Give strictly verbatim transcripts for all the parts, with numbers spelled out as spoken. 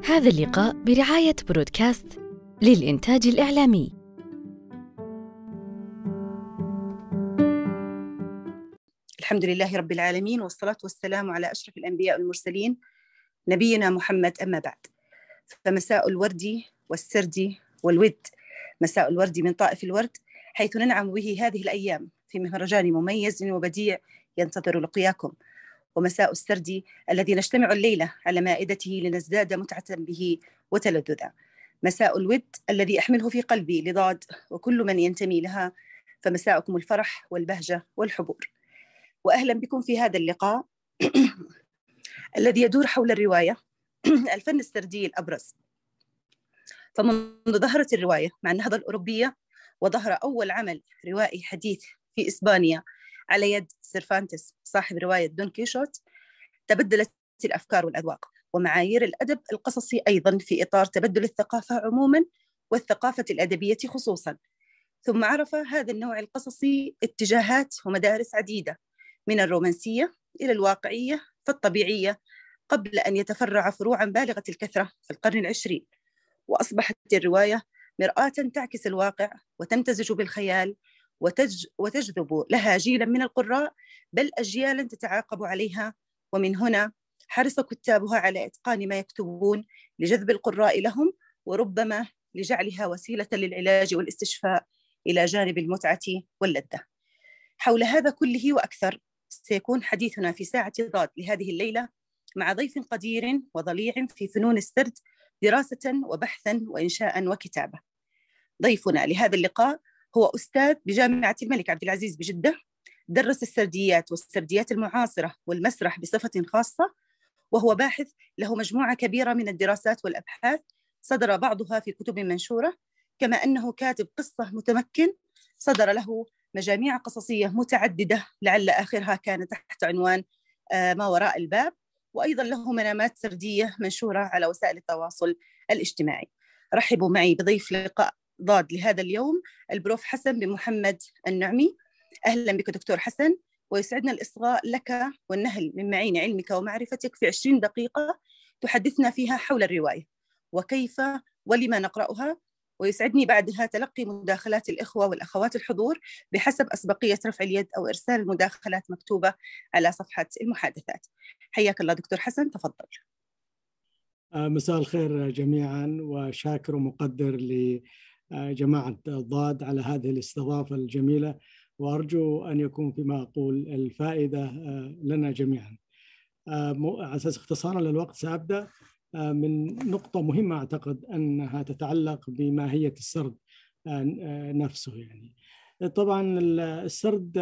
هذا اللقاء برعاية برودكاست للإنتاج الإعلامي. الحمد لله رب العالمين، والصلاة والسلام على أشرف الأنبياء والمرسلين نبينا محمد. أما بعد، فمساء الورد والسرد والود، مساء الورد من طائف الورد، حيث ننعم به هذه الأيام في مهرجان مميز وبديع ينتظر لقياكم، ومساء السرد الذي نجتمع الليلة على مائدته لنزداد متعة به وتلذذا، مساء الود الذي أحمله في قلبي لضاد وكل من ينتمي لها، فمساءكم الفرح والبهجة والحبور. وأهلا بكم في هذا اللقاء الذي يدور حول الرواية الفن السردي الأبرز. فمنذ ظهرت الرواية مع النهضة الأوروبية وظهر أول عمل روائي حديث في إسبانيا على يد سيرفانتس صاحب رواية دون كيشوت، تبدلت الأفكار والأذواق ومعايير الأدب القصصي أيضا في إطار تبدل الثقافة عموما والثقافة الأدبية خصوصا. ثم عرف هذا النوع القصصي اتجاهات ومدارس عديدة، من الرومانسية إلى الواقعية فالطبيعية، قبل أن يتفرع فروعا بالغة الكثرة في القرن العشرين، وأصبحت الرواية مرآة تعكس الواقع وتمتزج بالخيال وتج وتجذب لها جيلا من القراء، بل أجيالا تتعاقب عليها. ومن هنا حرص كتابها على إتقان ما يكتبون لجذب القراء لهم، وربما لجعلها وسيلة للعلاج والاستشفاء إلى جانب المتعة واللذة. حول هذا كله وأكثر سيكون حديثنا في ساعة ضاد لهذه الليلة مع ضيف قدير وضليع في فنون السرد دراسة وبحثا وإنشاء وكتابة. ضيفنا لهذا اللقاء هو أستاذ بجامعة الملك عبد العزيز بجدة، درس السرديات والسرديات المعاصرة والمسرح بصفة خاصة، وهو باحث له مجموعة كبيرة من الدراسات والأبحاث صدر بعضها في كتب منشورة، كما أنه كاتب قصة متمكن صدر له مجاميع قصصية متعددة، لعل آخرها كان تحت عنوان ما وراء الباب، وأيضا له منامات سردية منشورة على وسائل التواصل الاجتماعي. رحبوا معي بضيف لقاء ضاد لهذا اليوم البروف حسن بن محمد النعمي. أهلا بك دكتور حسن، ويسعدنا الإصغاء لك والنهل من معين علمك ومعرفتك في عشرين دقيقة تحدثنا فيها حول الرواية وكيف ولما نقرأها، ويسعدني بعدها تلقي مداخلات الإخوة والأخوات الحضور بحسب أسبقية رفع اليد أو إرسال المداخلات مكتوبة على صفحة المحادثات. حياك الله دكتور حسن، تفضل. مساء الخير جميعا، وشاكر ومقدر لجماعة ضاد على هذه الاستضافة الجميلة، وأرجو أن يكون فيما أقول الفائدة لنا جميعا. على أساس اختصارا للوقت سأبدأ من نقطة مهمة أعتقد أنها تتعلق بماهية السرد نفسه. يعني طبعا السرد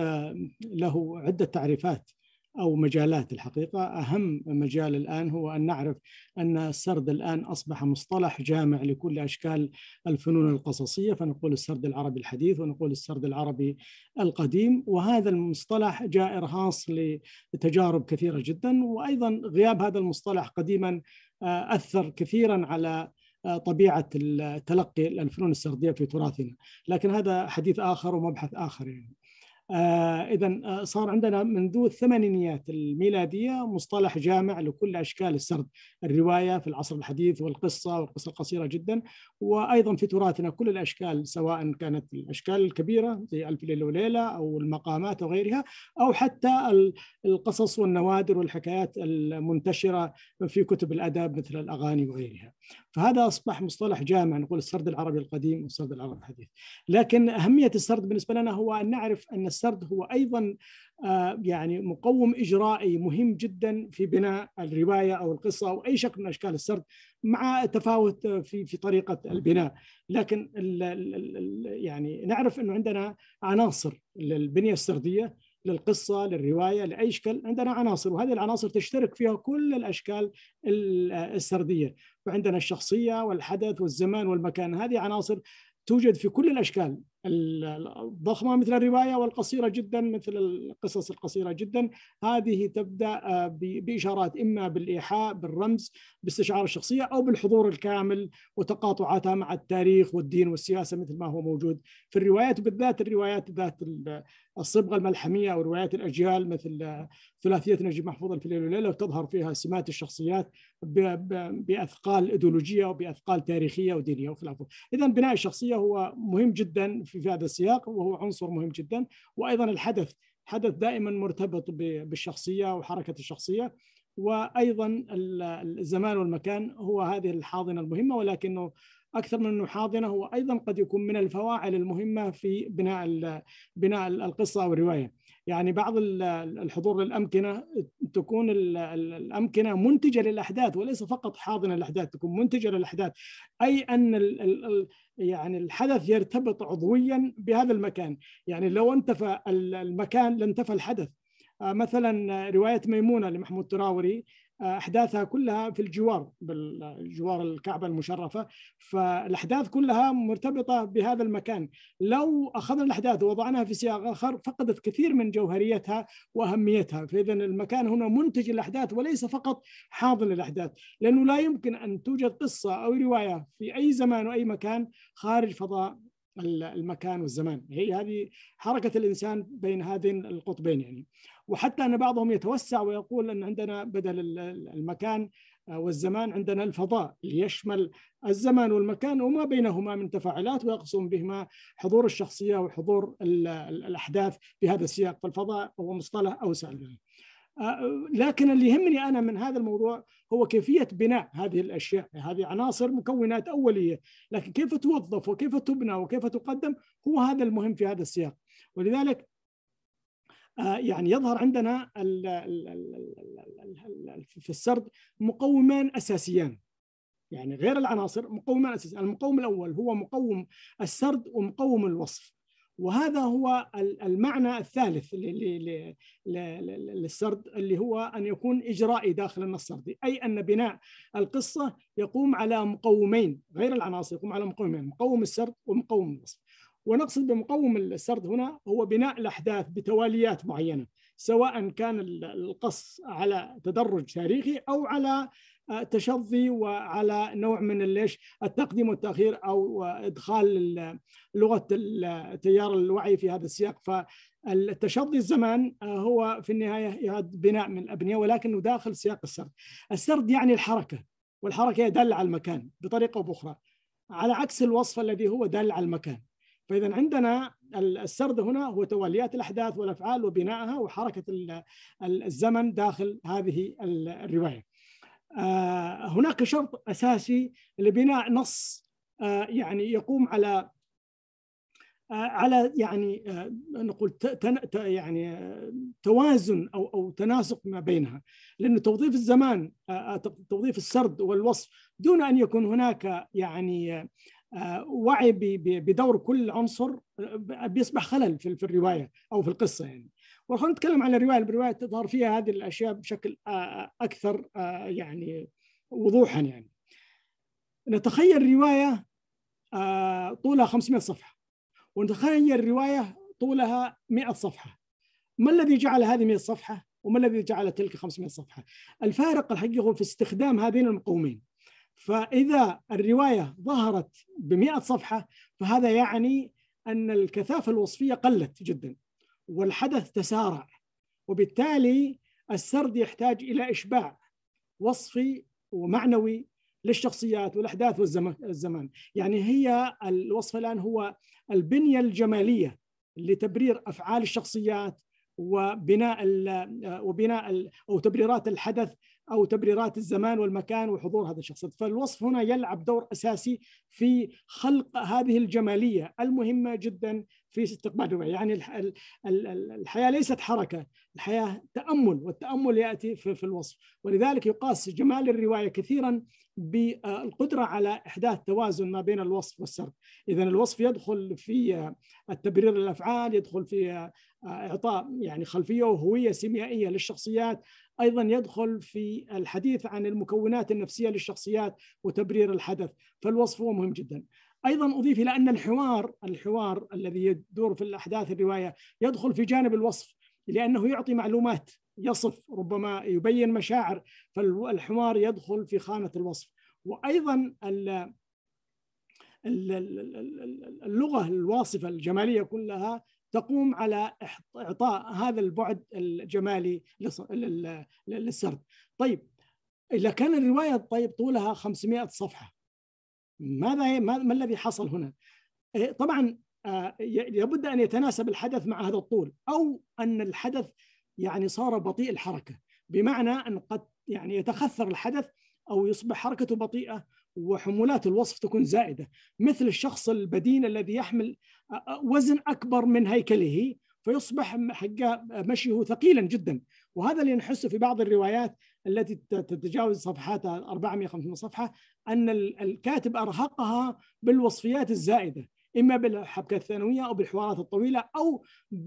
له عدة تعريفات أو مجالات. الحقيقة أهم مجال الآن هو أن نعرف أن السرد الآن أصبح مصطلح جامع لكل أشكال الفنون القصصية، فنقول السرد العربي الحديث ونقول السرد العربي القديم، وهذا المصطلح جاء إرهاص لتجارب كثيرة جدا، وأيضا غياب هذا المصطلح قديما أثر كثيرا على طبيعة تلقي الفنون السردية في تراثنا، لكن هذا حديث آخر ومبحث آخر. يعني آه إذن صار عندنا منذ الثمانينيات الميلادية مصطلح جامع لكل أشكال السرد، الرواية في العصر الحديث والقصة والقصة القصيرة جدا، وأيضا في تراثنا كل الأشكال، سواء كانت الأشكال الكبيرة زي ألف ليلة وليلة أو المقامات وغيرها، أو حتى القصص والنوادر والحكايات المنتشرة في كتب الأدب مثل الأغاني وغيرها. فهذا أصبح مصطلح جامع، نقول السرد العربي القديم والسرد العربي الحديث. لكن أهمية السرد بالنسبة لنا هو أن نعرف أن السرد هو أيضا يعني مقوم إجرائي مهم جدا في بناء الرواية أو القصة أو أي شكل من أشكال السرد، مع تفاوت في في طريقة البناء. لكن ال ال يعني نعرف أنه عندنا عناصر للبنية السردية، للقصة، للرواية، لأي شكل عندنا عناصر، وهذه العناصر تشترك فيها كل الأشكال السردية. فعندنا الشخصية والحدث والزمان والمكان، هذه عناصر توجد في كل الأشكال الضخمة مثل الرواية، والقصيرة جدا مثل القصص القصيرة جدا. هذه تبدأ بإشارات إما بالإيحاء، بالرمز، باستشعار الشخصية، أو بالحضور الكامل وتقاطعاتها مع التاريخ والدين والسياسة مثل ما هو موجود في الروايات، وبالذات الروايات ذات الصبغة الملحمية أو روايات الأجيال مثل ثلاثية نجيب محفوظ في الليل والليلة، وتظهر فيها سمات الشخصيات بأثقال إيديولوجية وبأثقال تاريخية ودينية وخلافه. إذا بناء الشخصية هو مهم جدا في هذا السياق، وهو عنصر مهم جدا. وأيضا الحدث حدث دائما مرتبط بالشخصية وحركة الشخصية، وأيضا الزمان والمكان هو هذه الحاضنة المهمة، ولكنه أكثر من أنه حاضنة هو أيضا قد يكون من الفواعل المهمة في بناء بناء القصة أو الرواية. يعني بعض الحضور للأمكنة تكون الأمكنة منتجة للأحداث وليس فقط حاضنة للأحداث، تكون منتجة للأحداث، أي أن يعني الحدث يرتبط عضويا بهذا المكان. يعني لو انتفى المكان لانتفى الحدث. مثلا رواية ميمونة لمحمود تراوري أحداثها كلها في الجوار، بالجوار الكعبة المشرفة، فالأحداث كلها مرتبطة بهذا المكان. لو أخذنا الأحداث ووضعناها في سياق آخر فقدت كثير من جوهريتها وأهميتها. فإذا المكان هنا منتج الأحداث وليس فقط حاضن الأحداث، لأنه لا يمكن أن توجد قصة أو رواية في أي زمان وأي مكان خارج فضاء المكان والزمان. هي هذه حركة الإنسان بين هذين القطبين يعني. وحتى أن بعضهم يتوسع ويقول أن عندنا بدل المكان والزمان عندنا الفضاء اللي يشمل الزمان والمكان وما بينهما من تفاعلات، ويقسم بهما حضور الشخصية وحضور الأحداث بهذا السياق. فالفضاء هو مصطلح أوسع. لكن اللي يهمني أنا من هذا الموضوع هو كيفية بناء هذه الأشياء. هذه عناصر مكونات أولية، لكن كيف توظف وكيف تبنى وكيف تقدم هو هذا المهم في هذا السياق. ولذلك يعني يظهر عندنا في السرد مقومان أساسيان، يعني غير العناصر مقومان أساسيان. المقوم الأول هو مقوم السرد ومقوم الوصف، وهذا هو المعنى الثالث للسرد، اللي هو أن يكون إجرائي داخل النص السردي، أي أن بناء القصة يقوم على مقومين غير العناصر، يقوم على مقومين، مقوم السرد ومقوم الوصف. ونقصد بمقوم السرد هنا هو بناء الأحداث بتواليات معينة، سواء كان القص على تدرج تاريخي أو على تشظي وعلى نوع من الليش التقديم والتأخير أو إدخال لغة تيار الوعي في هذا السياق. فالتشظي الزمان هو في النهاية بناء من الأبنية، ولكنه داخل سياق السرد. السرد يعني الحركة، والحركة يدل على المكان بطريقة أو بأخرى، على عكس الوصف الذي هو دل على المكان. فإذا عندنا السرد هنا هو تواليات الأحداث والأفعال وبنائها وحركة الزمن داخل هذه الرواية. هناك شرط أساسي لبناء نص يعني يقوم على على يعني نقول يعني توازن أو أو تناسق ما بينها، لأن توظيف الزمان توظيف السرد والوصف دون أن يكون هناك يعني وعي بدور كل عنصر بيصبح خلل في الرواية أو في القصة يعني. وخلينا نتكلم عن الرواية. الرواية تظهر فيها هذه الأشياء بشكل أكثر يعني وضوحا. يعني نتخيل رواية طولها خمسمائة صفحة ونتخيل رواية طولها مئة صفحة. ما الذي جعل هذه مئة صفحة وما الذي جعل تلك خمسمائة صفحة؟ الفارق الحقيقي هو في استخدام هذين المقومين. فإذا الرواية ظهرت بمئة صفحة فهذا يعني أن الكثافة الوصفية قلت جدا والحدث تسارع، وبالتالي السرد يحتاج إلى إشباع وصفي ومعنوي للشخصيات والأحداث والزمان. يعني هي الوصف الآن هو البنية الجمالية لتبرير أفعال الشخصيات وبناء وبناء أو تبريرات الحدث أو تبريرات الزمان والمكان وحضور هذا الشخص. فالوصف هنا يلعب دور أساسي في خلق هذه الجمالية المهمة جدا في استقبال الرواية. يعني الحياة ليست حركة، الحياة تأمل، والتأمل يأتي في الوصف. ولذلك يقاس جمال الرواية كثيرا بالقدرة على إحداث توازن ما بين الوصف والسرد. إذن الوصف يدخل في التبرير الأفعال، يدخل في إعطاء يعني خلفية وهوية سيميائية للشخصيات، أيضا يدخل في الحديث عن المكونات النفسية للشخصيات وتبرير الحدث. فالوصف هو مهم جدا. أيضا أضيف إلى أن الحوار الحوار الذي يدور في الأحداث الرواية يدخل في جانب الوصف، لأنه يعطي معلومات، يصف، ربما يبين مشاعر، فالحوار يدخل في خانة الوصف. وأيضا اللغة الواصفة الجمالية كلها تقوم على إعطاء هذا البعد الجمالي للسرد. طيب إذا كان الرواية طيب طولها خمسمائة صفحة، ماذا ما الذي حصل هنا؟ طبعا لابد أن يتناسب الحدث مع هذا الطول، أو أن الحدث يعني صار بطيء الحركة، بمعنى أن قد يعني يتخثر الحدث أو يصبح حركته بطيئة وحمولات الوصف تكون زائدة، مثل الشخص البدين الذي يحمل وزن أكبر من هيكله فيصبح مشيه ثقيلا جدا. وهذا اللي نحسه في بعض الروايات التي تتجاوز صفحاتها أربعمائة خمسمائة صفحة، أن الكاتب أرهقها بالوصفيات الزائدة، إما بالحبكة الثانوية أو بالحوارات الطويلة أو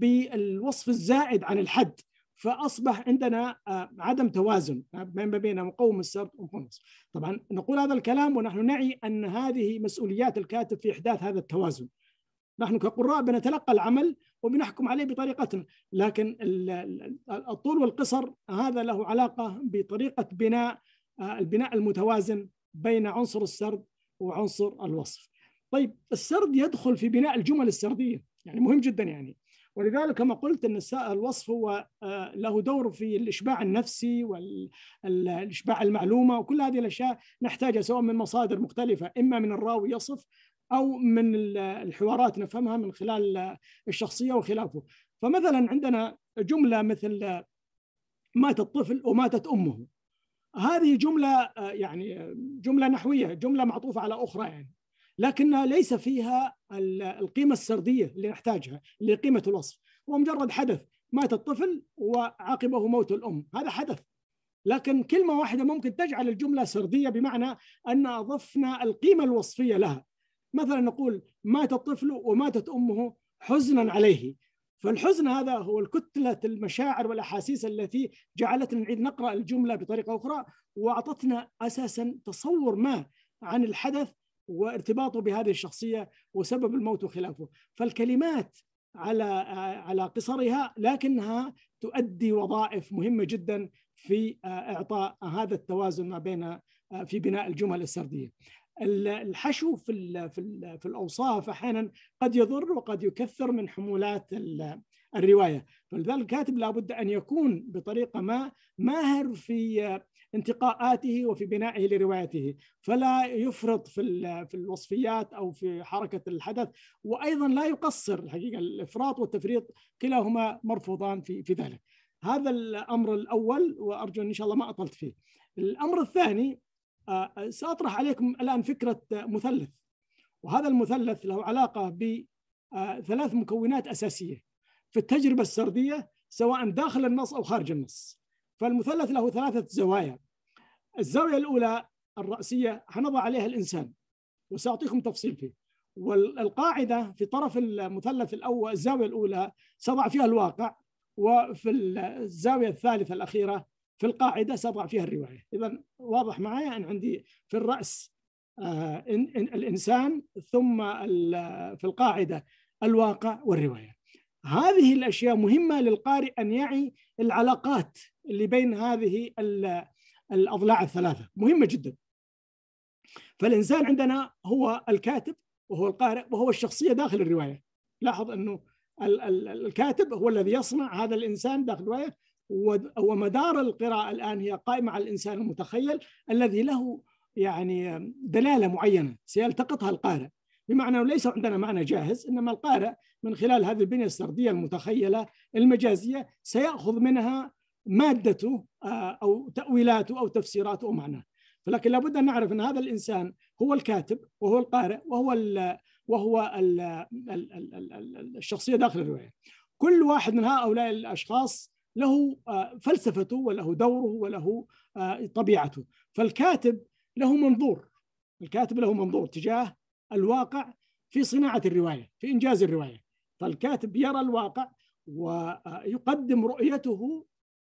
بالوصف الزائد عن الحد، فأصبح عندنا عدم توازن ما بين مقوم السرد ومقوم الوصف. طبعا نقول هذا الكلام ونحن نعي أن هذه مسؤوليات الكاتب في إحداث هذا التوازن. نحن كقراء بنتلقى العمل وبنحكم عليه بطريقتنا، لكن الطول والقصر هذا له علاقة بطريقة بناء البناء المتوازن بين عنصر السرد وعنصر الوصف. طيب السرد يدخل في بناء الجمل السردية، يعني مهم جدا يعني، ولذلك كما قلت أن الوصف هو له دور في الإشباع النفسي والإشباع المعلومة، وكل هذه الأشياء نحتاجها سواء من مصادر مختلفة، إما من الراوي يصف أو من الحوارات نفهمها من خلال الشخصية وخلافه. فمثلا عندنا جملة مثل مات الطفل وماتت أمه، هذه جملة يعني جملة نحوية، جملة معطوفة على أخرى يعني، لكنها ليس فيها القيمة السردية اللي نحتاجها اللي قيمة الوصف. هو مجرد حدث، مات الطفل وعاقبه موت الأم، هذا حدث، لكن كلمة واحدة ممكن تجعل الجملة سردية، بمعنى أن أضفنا القيمة الوصفية لها. مثلا نقول مات الطفل وماتت أمه حزنا عليه، فالحزن هذا هو الكتلة المشاعر والأحاسيس التي جعلتنا نعيد نقرأ الجملة بطريقة أخرى، وأعطتنا أساسا تصور ما عن الحدث وارتباطه بهذه الشخصية وسبب الموت وخلافه. فالكلمات على على قصرها لكنها تؤدي وظائف مهمة جدا في إعطاء هذا التوازن ما بين في بناء الجمل السردية. الحشو في في في الأوصاف أحيانا قد يضر وقد يكثر من حمولات الرواية، فلذلك الكاتب لابد أن يكون بطريقة ما ماهر في انتقاءاته وفي بنائه لروايته، فلا يفرط في في الوصفيات أو في حركة الحدث، وأيضا لا يقصر. الحقيقة الإفراط والتفريط كلاهما مرفوضان في في ذلك. هذا الأمر الأول، وأرجو إن شاء الله ما أطلت فيه. الأمر الثاني، سأطرح عليكم الآن فكرة مثلث، وهذا المثلث له علاقة بثلاث مكونات أساسية في التجربة السردية سواء داخل النص أو خارج النص. فالمثلث له ثلاثة زوايا. الزاوية الأولى الرأسية هنضع عليها الإنسان، وسأعطيكم تفصيل فيه. والقاعدة في طرف المثلث الأول الزاوية الأولى سأضع فيها الواقع، وفي الزاوية الثالثة الأخيرة في القاعدة سأضع فيها الرواية. إذا واضح معايا أن عندي في الرأس آه إن إن الإنسان، ثم في القاعدة الواقع والرواية. هذه الأشياء مهمة للقارئ أن يعي العلاقات اللي بين هذه الأضلاع الثلاثة، مهمة جدا. فالإنسان عندنا هو الكاتب وهو القارئ وهو الشخصية داخل الرواية. لاحظ أنه الكاتب هو الذي يصنع هذا الإنسان داخل الرواية، ومدار القراءة الآن هي قائمة على الإنسان المتخيل الذي له يعني دلالة معينة سيلتقطها القارئ، بمعنى أنه ليس عندنا معنى جاهز، إنما القارئ من خلال هذه البنية السردية المتخيلة المجازية سيأخذ منها مادته أو تأويلاته أو تفسيراته ومعناه. فلكن لابد أن نعرف أن هذا الإنسان هو الكاتب وهو القارئ وهو ال وهو ال ال ال الشخصية داخل الرواية. كل واحد من هؤلاء الأشخاص له فلسفته وله دوره وله طبيعته. فالكاتب له منظور، الكاتب له منظور تجاه الواقع في صناعة الرواية، في إنجاز الرواية. فالكاتب يرى الواقع ويقدم رؤيته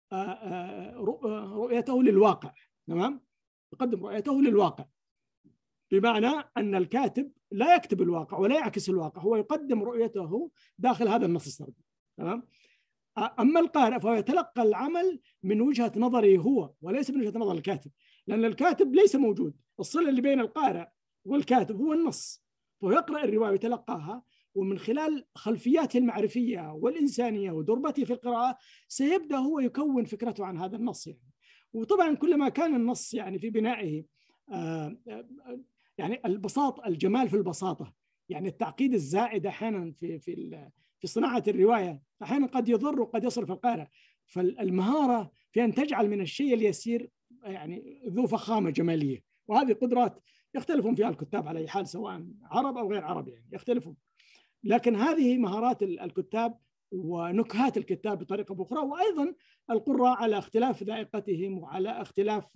رؤيته للواقع، تمام؟ يقدم رؤيته للواقع، بمعنى أن الكاتب لا يكتب الواقع ولا يعكس الواقع، هو يقدم رؤيته داخل هذا النص السردي، تمام؟ أما القارئ فهو يتلقى العمل من وجهة نظره هو وليس من وجهة نظر الكاتب، لأن الكاتب ليس موجود. الصلة اللي بين القارئ والكاتب هو النص، فهو يقرأ الرواية ويتلقاها، ومن خلال خلفياته المعرفية والإنسانية ودربته في القراءة سيبدأ هو يكون فكرته عن هذا النص يعني. وطبعا كلما كان النص يعني في بنائه يعني البساطة، الجمال في البساطة، يعني التعقيد الزائد أحيانا في في في صناعة الرواية أحيانا قد يضر وقد يصرف القارئ. فالمهارة في أن تجعل من الشيء اليسير يعني ذو فخامة جمالية، وهذه قدرات يختلفون فيها الكتاب على أي حال سواء عرب أو غير عرب يعني يختلفون، لكن هذه مهارات الكتاب ونكهات الكتاب بطريقة أخرى. وأيضا القراء على اختلاف ذائقتهم وعلى اختلاف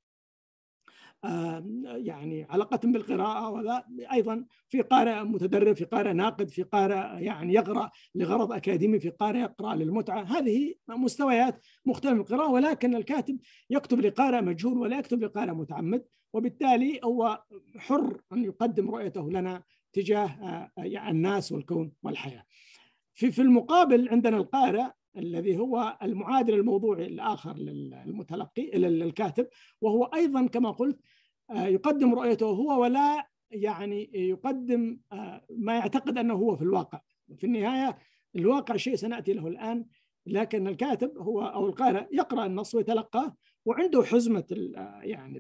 يعني علاقتهم بالقراءة، وذا أيضا في قارئ متدرب، في قارئ ناقد، في قارئ يعني يقرأ لغرض أكاديمي، في قارئ يقرأ للمتعة. هذه مستويات مختلفة من القراءة، ولكن الكاتب يكتب لقارئ مجهول ولا يكتب لقارئ متعمد، وبالتالي هو حر أن يقدم رؤيته لنا تجاه الناس والكون والحياة. في في المقابل عندنا القارئ الذي هو المعادل الموضوعي الآخر للمتلقي للكاتب، وهو أيضا كما قلت يقدم رؤيته هو ولا يعني يقدم ما يعتقد أنه هو في الواقع. في النهاية الواقع شيء سنأتي له الآن، لكن الكاتب هو أو القارئ يقرأ النص ويتلقاه وعنده حزمة يعني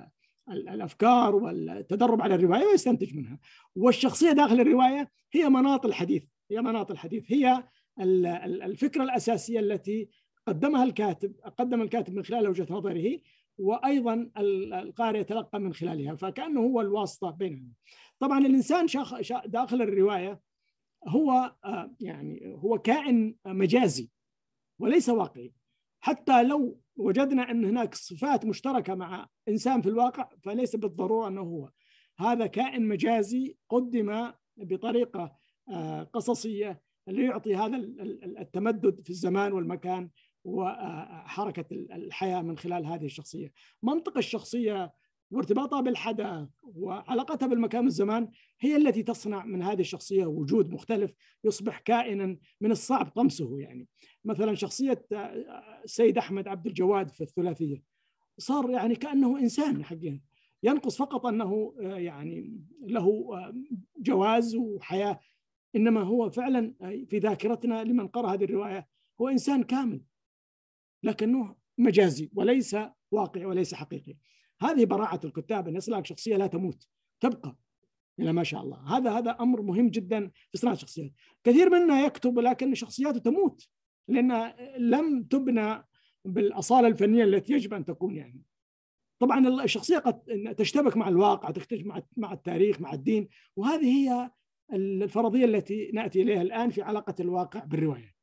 الأفكار والتدرب على الرواية ويستنتج منها. والشخصية داخل الرواية هي مناط الحديث، هي مناط الحديث هي الفكرة الأساسية التي قدمها الكاتب قدم الكاتب من خلال وجهة نظره، وأيضا القارئ يتلقى من خلالها، فكأنه هو الواسطة بينهم. طبعا الإنسان داخل الرواية هو يعني هو كائن مجازي وليس واقعي. حتى لو وجدنا أن هناك صفات مشتركة مع إنسان في الواقع فليس بالضرورة أنه هو. هذا كائن مجازي قدم بطريقة قصصية ليعطي هذا التمدد في الزمان والمكان وحركة الحياة من خلال هذه الشخصية. منطق الشخصية وارتباطها بالحدث وعلاقتها بالمكان والزمان هي التي تصنع من هذه الشخصية وجود مختلف يصبح كائنا من الصعب طمسه. يعني مثلا شخصية السيد أحمد عبد الجواد في الثلاثية صار يعني كأنه إنسان حقيقي، ينقص فقط أنه يعني له جواز وحياة، إنما هو فعلا في ذاكرتنا لمن قرأ هذه الرواية هو إنسان كامل لكنه مجازي وليس واقعي وليس حقيقي. هذه براعة الكتاب أن يصنع شخصية لا تموت تبقى إلى ما شاء الله. هذا هذا أمر مهم جدا في صناعة الشخصيات. كثير منا يكتب لكن شخصياته تموت لأنها لم تبنى بالأصالة الفنية التي يجب أن تكون. يعني طبعا الشخصية قد تشتبك مع الواقع، تشتبك مع مع التاريخ مع الدين، وهذه هي الفرضية التي نأتي إليها الآن في علاقة الواقع بالرواية.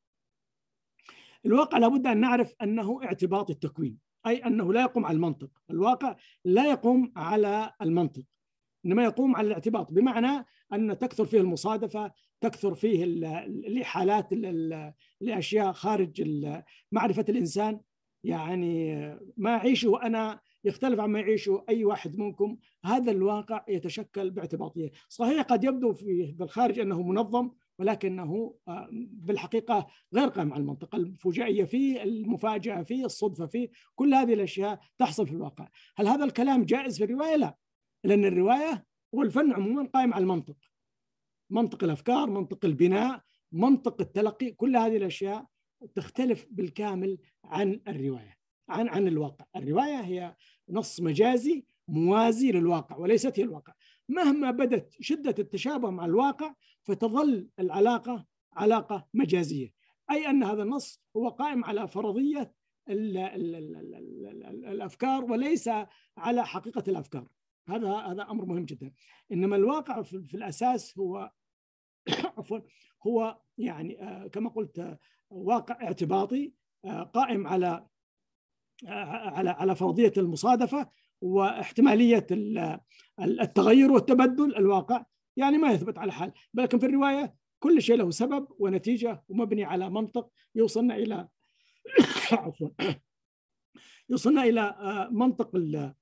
الواقع لابد أن نعرف أنه اعتباطي التكوين، أي أنه لا يقوم على المنطق. الواقع لا يقوم على المنطق إنما يقوم على الاعتباط، بمعنى أن تكثر فيه المصادفة، تكثر فيه الإحالات لأشياء خارج معرفة الإنسان. يعني ما أعيشه أنا يختلف عما يعيشه أي واحد منكم. هذا الواقع يتشكل باعتباطية. صحيح قد يبدو في الخارج أنه منظم ولكنه بالحقيقة غير قائم على المنطق. الفجائية فيه، المفاجأة فيه، الصدفة فيه، كل هذه الأشياء تحصل في الواقع. هل هذا الكلام جائز في الرواية؟ لا، لأن الرواية والفن عموما قائم على المنطق، منطق الأفكار، منطق البناء، منطق التلقي. كل هذه الأشياء تختلف بالكامل عن الرواية، عن عن الواقع. الرواية هي نص مجازي موازي للواقع وليست هي الواقع. مهما بدت شدة التشابه مع الواقع فتظل العلاقة علاقة مجازية، أي أن هذا النص هو قائم على فرضية ال ال ال ال ال الأفكار وليس على حقيقة الأفكار. هذا هذا أمر مهم جدا. إنما الواقع في, في الأساس هو عفوا هو يعني آه كما قلت آه واقع اعتباطي آه قائم على على على فرضية المصادفة واحتمالية التغير والتبدل. الواقع يعني ما يثبت على حال، لكن في الرواية كل شيء له سبب ونتيجة ومبني على منطق يوصلنا إلى عفوا يوصلنا إلى منطق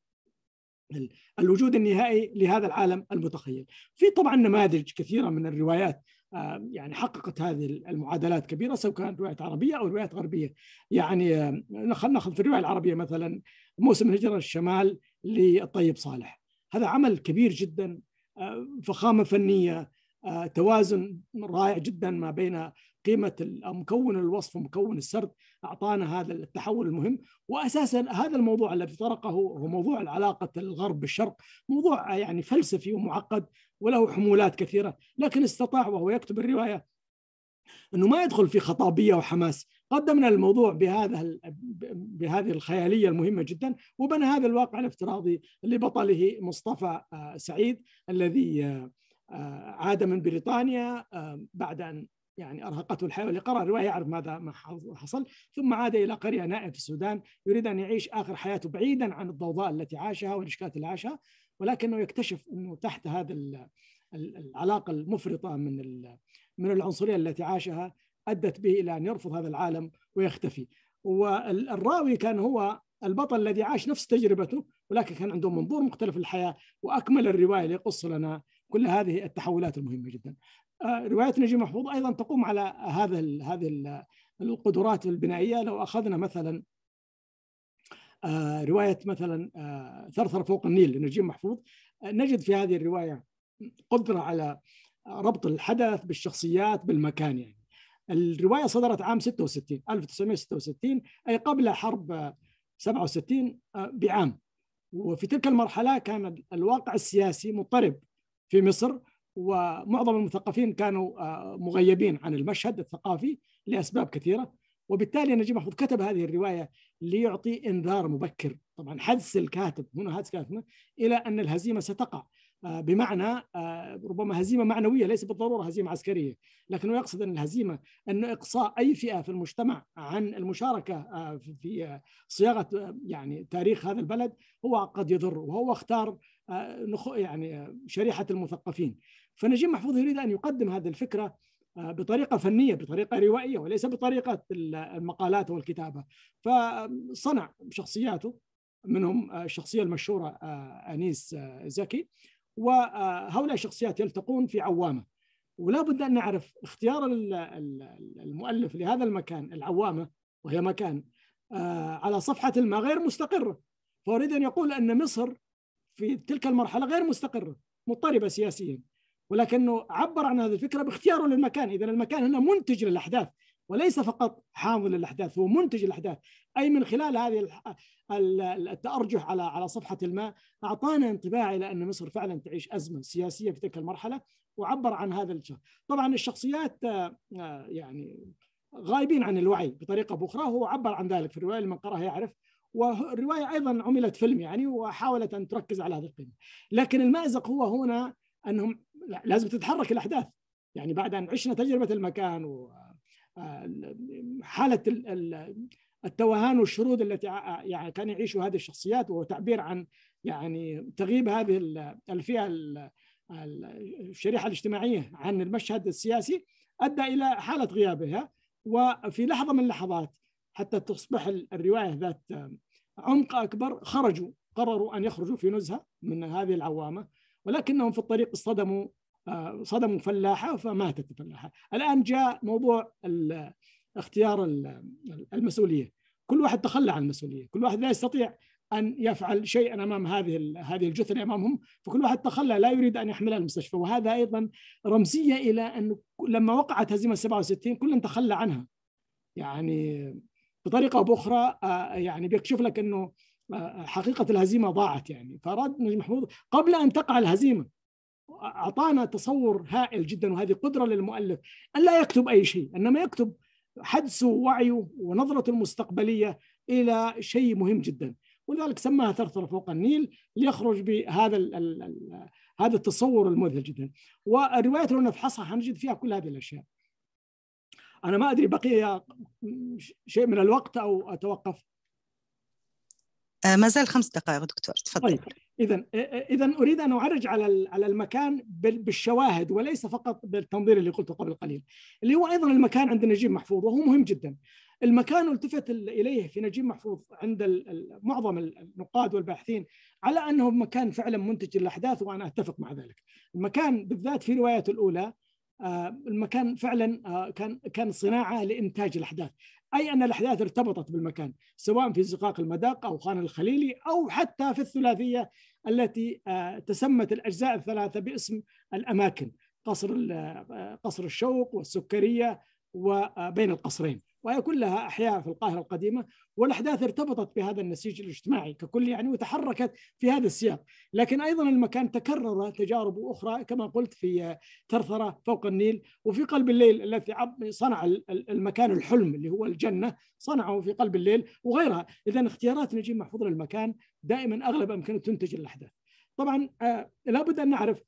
الوجود النهائي لهذا العالم المتخيل. في طبعا نماذج كثيرة من الروايات يعني حققت هذه المعادلات كبيرة، سواء كانت روايات عربية أو روايات غربية. يعني نأخذ في الرواية العربية مثلا موسم هجرة الشمال للطيب صالح، هذا عمل كبير جدا، فخامة فنية، توازن رائع جدا ما بين قيمة مكون الوصف ومكون السرد، أعطانا هذا التحول المهم. وأساسا هذا الموضوع الذي طرقه هو موضوع علاقة الغرب بالشرق، موضوع يعني فلسفي ومعقد وله حمولات كثيرة، لكن استطاع وهو يكتب الرواية أنه ما يدخل في خطابية وحماس. قدمنا الموضوع بهذا بهذه الخيالية المهمة جدا، وبنى هذا الواقع الافتراضي لبطله مصطفى سعيد الذي عاد من بريطانيا بعد أن يعني أرهقته الحياة واللي قرأ الرواية يعرف ماذا ما حصل، ثم عاد إلى قرية نائب في السودان يريد أن يعيش آخر حياته بعيدا عن الضوضاء التي عاشها والإشكالات اللي عاشها، ولكنه يكتشف أنه تحت هذا العلاقة المفرطة من من العنصرية التي عاشها أدت به إلى أن يرفض هذا العالم ويختفي. والراوي كان هو البطل الذي عاش نفس تجربته، ولكن كان عنده منظور مختلف للحياة، وأكمل الرواية ليقص لنا كل هذه التحولات المهمة جدا. رواية نجيب محفوظ أيضا تقوم على هذا هذه القدرات البنائية. لو أخذنا مثلا رواية مثلا ثرثر فوق النيل لنجيب محفوظ، نجد في هذه الرواية قدرة على ربط الحدث بالشخصيات بالمكان. يعني الرواية صدرت عام ستة وستين ألف وتسعمائة وستة وستين، أي قبل حرب سبعة وستين بعام. وفي تلك المرحلة كان الواقع السياسي مضطرب في مصر، ومعظم المثقفين كانوا مغيبين عن المشهد الثقافي لأسباب كثيرة، وبالتالي نجيب محفوظ كتب هذه الرواية ليعطي إنذار مبكر، طبعا حدس الكاتب هنا حدس كاتب إلى أن الهزيمة ستقع، بمعنى ربما هزيمة معنوية ليس بالضرورة هزيمة عسكرية، لكنه يقصد أن الهزيمة أن إقصاء أي فئة في المجتمع عن المشاركة في صياغة يعني تاريخ هذا البلد هو قد يضر، وهو اختار يعني شريحة المثقفين. فنجيب محفوظ يريد أن يقدم هذه الفكرة بطريقة فنية، بطريقة روائية، وليس بطريقة المقالات والكتابة. فصنع شخصياته، منهم الشخصية المشهورة أنيس زكي، وهؤلاء الشخصيات يلتقون في عوامة. ولا بد أن نعرف اختيار المؤلف لهذا المكان العوامة، وهي مكان على صفحة الماء غير مستقرة، فأريد أن يقول أن مصر في تلك المرحلة غير مستقرة مضطربة سياسيا، ولكنه عبر عن هذه الفكرة باختياره للمكان. إذن المكان هنا منتج للأحداث وليس فقط حاضر للأحداث، هو منتج للأحداث، أي من خلال هذه التأرجح على على صفحة الماء أعطانا انطباع إلى أن مصر فعلا تعيش أزمة سياسية في تلك المرحلة، وعبر عن هذا الشيء. طبعا الشخصيات يعني غايبين عن الوعي بطريقة أخرى، هو عبر عن ذلك في الرواية، لمن قرأها يعرف، والرواية أيضا عملت فيلم يعني، وحاولت أن تركز على هذه القيمة. لكن المأزق هو هنا أنهم لازم تتحرك الأحداث، يعني بعد أن عشنا تجربة المكان وحالة التوهان والشرود التي يعني كان يعيشوا هذه الشخصيات، وهو تعبير عن يعني تغيب هذه الفئة الشريحة الاجتماعية عن المشهد السياسي، أدى إلى حالة غيابها. وفي لحظة من اللحظات حتى تصبح الرواية ذات عمق أكبر، خرجوا قرروا أن يخرجوا في نزهة من هذه العوامة، ولكنهم في الطريق اصطدموا صدموا فلاحة فماتت الفلاحة. الآن جاء موضوع اختيار المسؤولية، كل واحد تخلى عن المسؤولية، كل واحد لا يستطيع أن يفعل شيئا أمام هذه هذه الجثة أمامهم، فكل واحد تخلى لا يريد أن يحملها المستشفى. وهذا أيضا رمزية إلى أنه لما وقعت هزيمة سبعة وستين كل تخلى عنها، يعني بطريقة أو بأخرى يعني بيكشف لك أنه حقيقة الهزيمة ضاعت يعني. فأراد نجيب محفوظ قبل أن تقع الهزيمة أعطانا تصور هائل جدا، وهذه قدرة للمؤلف أن لا يكتب أي شيء، إنما يكتب حدسه ووعيه ونظرته المستقبلية إلى شيء مهم جدا، ولذلك سماها ثرثر فوق النيل ليخرج بهذا ال ال ال هذا التصور المذهل جدا. والرواية لو نفحصها حنجد فيها كل هذه الأشياء. أنا ما أدري بقي شيء من الوقت أو أتوقف؟ آه ما زال خمس دقائق دكتور، تفضل. طيب إذن إذن أريد أن أعرج على على المكان بالشواهد وليس فقط بالتنظير اللي قلته قبل قليل، اللي هو أيضا المكان عند نجيب محفوظ، وهو مهم جدا. المكان التفت إليه في نجيب محفوظ عند معظم النقاد والباحثين على أنه مكان فعلا منتج للأحداث، وأنا أتفق مع ذلك. المكان بالذات في روايته الأولى المكان فعلا كان كان صناعة لإنتاج الأحداث، أي أن الأحداث ارتبطت بالمكان، سواء في زقاق المداق أو خان الخليلي أو حتى في الثلاثية التي تسمت الأجزاء الثلاثة باسم الأماكن. قصر قصر الشوق والسكرية وبين القصرين، وهي كلها أحياء في القاهرة القديمة، والأحداث ارتبطت بهذا النسيج الاجتماعي ككل يعني، وتحركت في هذا السياق. لكن أيضا المكان تكرر تجارب أخرى كما قلت في ثرثرة فوق النيل، وفي قلب الليل الذي صنع المكان الحلم اللي هو الجنة صنعه في قلب الليل وغيرها. إذن اختيارات نجيب محفوظ للمكان دائما أغلب أمكنه تنتج الأحداث. طبعا آه لابد أن نعرف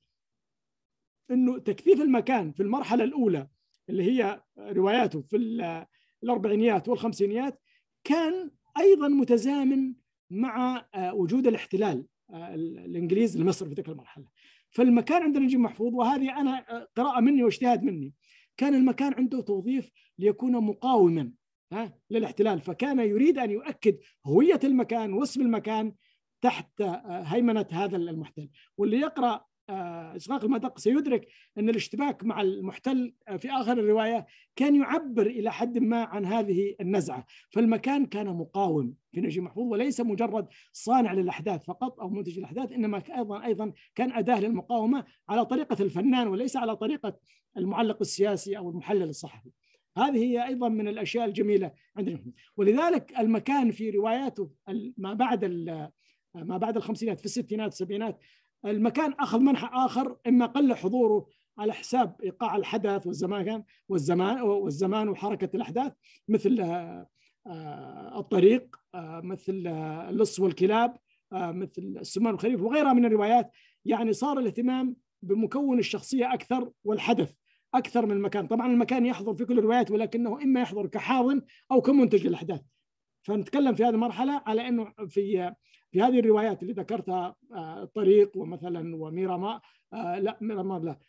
أنه تكثيف المكان في المرحلة الأولى اللي هي رواياته في الأربعينيات والخمسينيات كان أيضا متزامن مع وجود الاحتلال الإنجليزي لمصر في تلك المرحلة. فالمكان عند نجيب محفوظ، وهذه أنا قراءة مني واجتهاد مني، كان المكان عنده توظيف ليكون مقاوما ها للاحتلال، فكان يريد أن يؤكد هوية المكان واسم المكان تحت هيمنة هذا المحتل. واللي يقرأ إشراق المدق سيدرك أن الاشتباك مع المحتل في آخر الرواية كان يعبر إلى حد ما عن هذه النزعة. فالمكان كان مقاوم في نجيب محفوظ، وليس مجرد صانع للأحداث فقط أو منتج الأحداث، إنما أيضا أيضا كان أداة للمقاومة على طريقة الفنان وليس على طريقة المعلق السياسي أو المحلل الصحفي. هذه هي أيضا من الأشياء الجميلة عندنا. ولذلك المكان في رواياته ما بعد ما بعد الخمسينات في الستينات والسبعينات المكان أخذ منحى آخر، إما قل حضوره على حساب إيقاع الحدث والزمان والزمان والزمان وحركة الأحداث، مثل الطريق، مثل اللص والكلاب، مثل السمان والخريف وغيرها من الروايات. يعني صار الاهتمام بمكون الشخصية أكثر والحدث أكثر من المكان. طبعا المكان يحضر في كل الروايات، ولكنه إما يحضر كحاضن أو كمنتج للأحداث. فنتكلم في هذه المرحلة على أنه في في هذه الروايات اللي ذكرتها الطريق ومثلا وميرامار لا ميرامار لا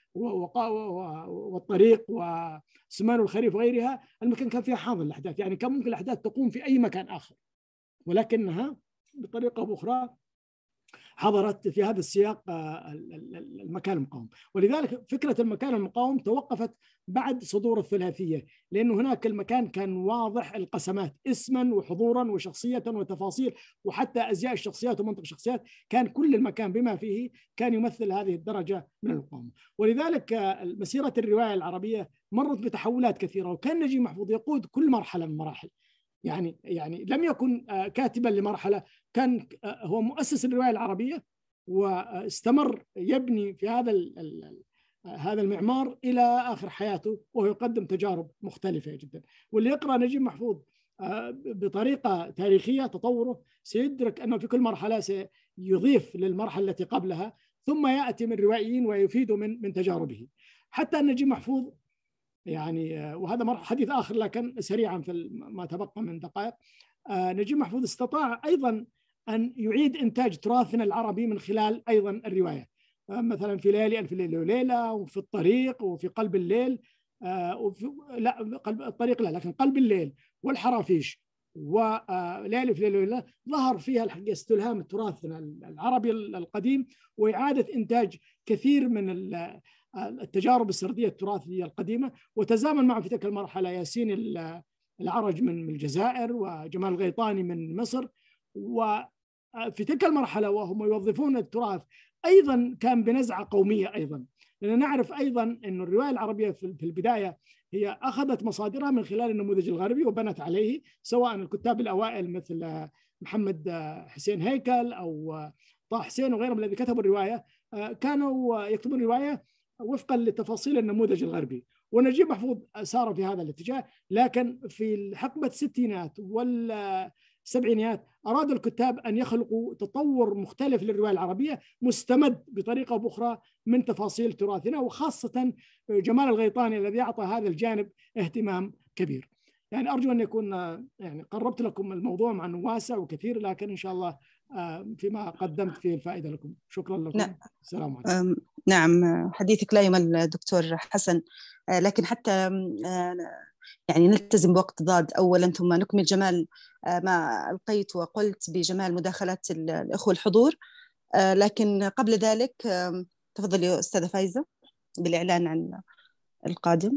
والطريق وسمان الخريف وغيرها، المكان كان فيها حاضن الأحداث، يعني كان ممكن الأحداث تقوم في أي مكان آخر، ولكنها بطريقة أخرى حضرت في هذا السياق المكان المقاوم. ولذلك فكرة المكان المقاوم توقفت بعد صدور الثلاثية، لأنه هناك المكان كان واضح القسمات اسما وحضورا وشخصية وتفاصيل، وحتى أزياء الشخصيات ومنطق الشخصيات، كان كل المكان بما فيه كان يمثل هذه الدرجة من المقاومة. ولذلك مسيرة الرواية العربية مرت بتحولات كثيرة، وكان نجيب محفوظ يقود كل مرحلة من مراحل. يعني يعني لم يكن كاتبا لمرحلة، كان هو مؤسس الرواية العربية، واستمر يبني في هذا هذا المعمار إلى آخر حياته، وهو يقدم تجارب مختلفة جدا. واللي يقرأ نجيب محفوظ بطريقة تاريخية تطوره سيدرك أنه في كل مرحلة سيضيف للمرحلة التي قبلها، ثم يأتي من روائيين ويفيد من من تجاربه. حتى أن نجيب محفوظ يعني، وهذا حديث آخر لكن سريعا في ما تبقى من دقائق، نجيب محفوظ استطاع أيضا أن يعيد إنتاج تراثنا العربي من خلال أيضا الرواية، مثلا في ليالي ألف ليلة وليلة، وفي الطريق، وفي قلب الليل، وفي لا قلب الطريق لا لكن قلب الليل والحرافيش وليالي في ليلة وليلة ظهر فيها الحقيقة استلهام التراث العربي القديم، وإعادة إنتاج كثير من التجارب السردية التراثية القديمة. وتزامن معه في تلك المرحلة ياسين العرج من الجزائر وجمال الغيطاني من مصر. وفي تلك المرحلة وهم يوظفون التراث أيضا كان بنزعة قومية أيضا، لأن نعرف أيضا أن الرواية العربية في البداية هي أخذت مصادرها من خلال النموذج الغربي وبنت عليه، سواء الكتاب الأوائل مثل محمد حسين هيكل أو طه حسين وغيرهم الذين كتبوا الرواية كانوا يكتبون الرواية وفقا لتفاصيل النموذج الغربي. ونجيب محفوظ سار في هذا الاتجاه، لكن في حقبة الستينات والسبعينيات أراد الكتاب أن يخلقوا تطور مختلف للرواية العربية مستمد بطريقة أخرى من تفاصيل تراثنا، وخاصة جمال الغيطاني الذي أعطى هذا الجانب اهتمام كبير. يعني أرجو أن يكون يعني قربت لكم الموضوع مع أنه واسع وكثير، لكن إن شاء الله فيما قدمت فيه الفائدة لكم. شكرا لكم. نعم. السلام عليكم. نعم، حديثك لا يمل دكتور حسن، لكن حتى يعني نلتزم بوقت ضاد أولا، ثم نكمل جمال ما ألقيت وقلت بجمال مداخلات الأخوة الحضور. لكن قبل ذلك تفضلي أستاذة فايزة بالإعلان عن القادم.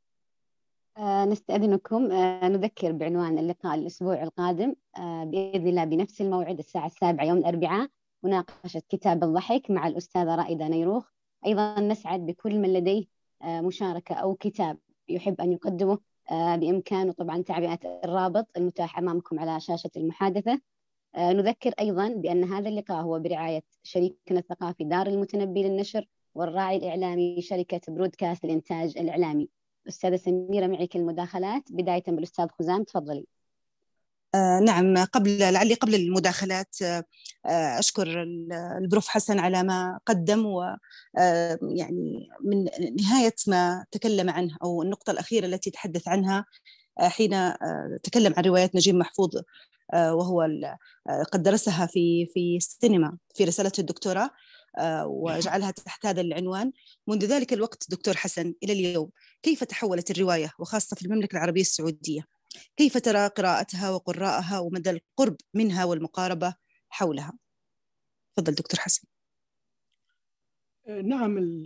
نستأذنكم نذكر بعنوان اللقاء الأسبوع القادم بإذن الله بنفس الموعد الساعة السابعة يوم الأربعاء، مناقشة كتاب الضحك مع الأستاذة رائدة نيروخ. أيضا نسعد بكل من لديه مشاركة أو كتاب يحب أن يقدمه بإمكانه طبعا تعبئة الرابط المتاح أمامكم على شاشة المحادثة. نذكر أيضا بأن هذا اللقاء هو برعاية شريكنا الثقافي دار المتنبي للنشر والراعي الإعلامي شركة برودكاست الإنتاج الإعلامي. أستاذة سميرة معك المداخلات، بداية بالأستاذ خزام، تفضلي. آه نعم، قبل لعلي قبل المداخلات آه أشكر البروف حسن على ما قدم، ويعني من نهاية ما تكلم عنه أو النقطة الأخيرة التي تحدث عنها آه حين آه تكلم عن رواية نجيب محفوظ، آه وهو آه قد درسها في في السينما في رسالته الدكتوراه آه وجعلها تحت هذا العنوان. منذ ذلك الوقت دكتور حسن إلى اليوم، كيف تحولت الرواية وخاصة في المملكة العربية السعودية؟ كيف ترى قراءتها وقراءها ومدى القرب منها والمقاربة حولها؟ تفضل دكتور حسن. نعم،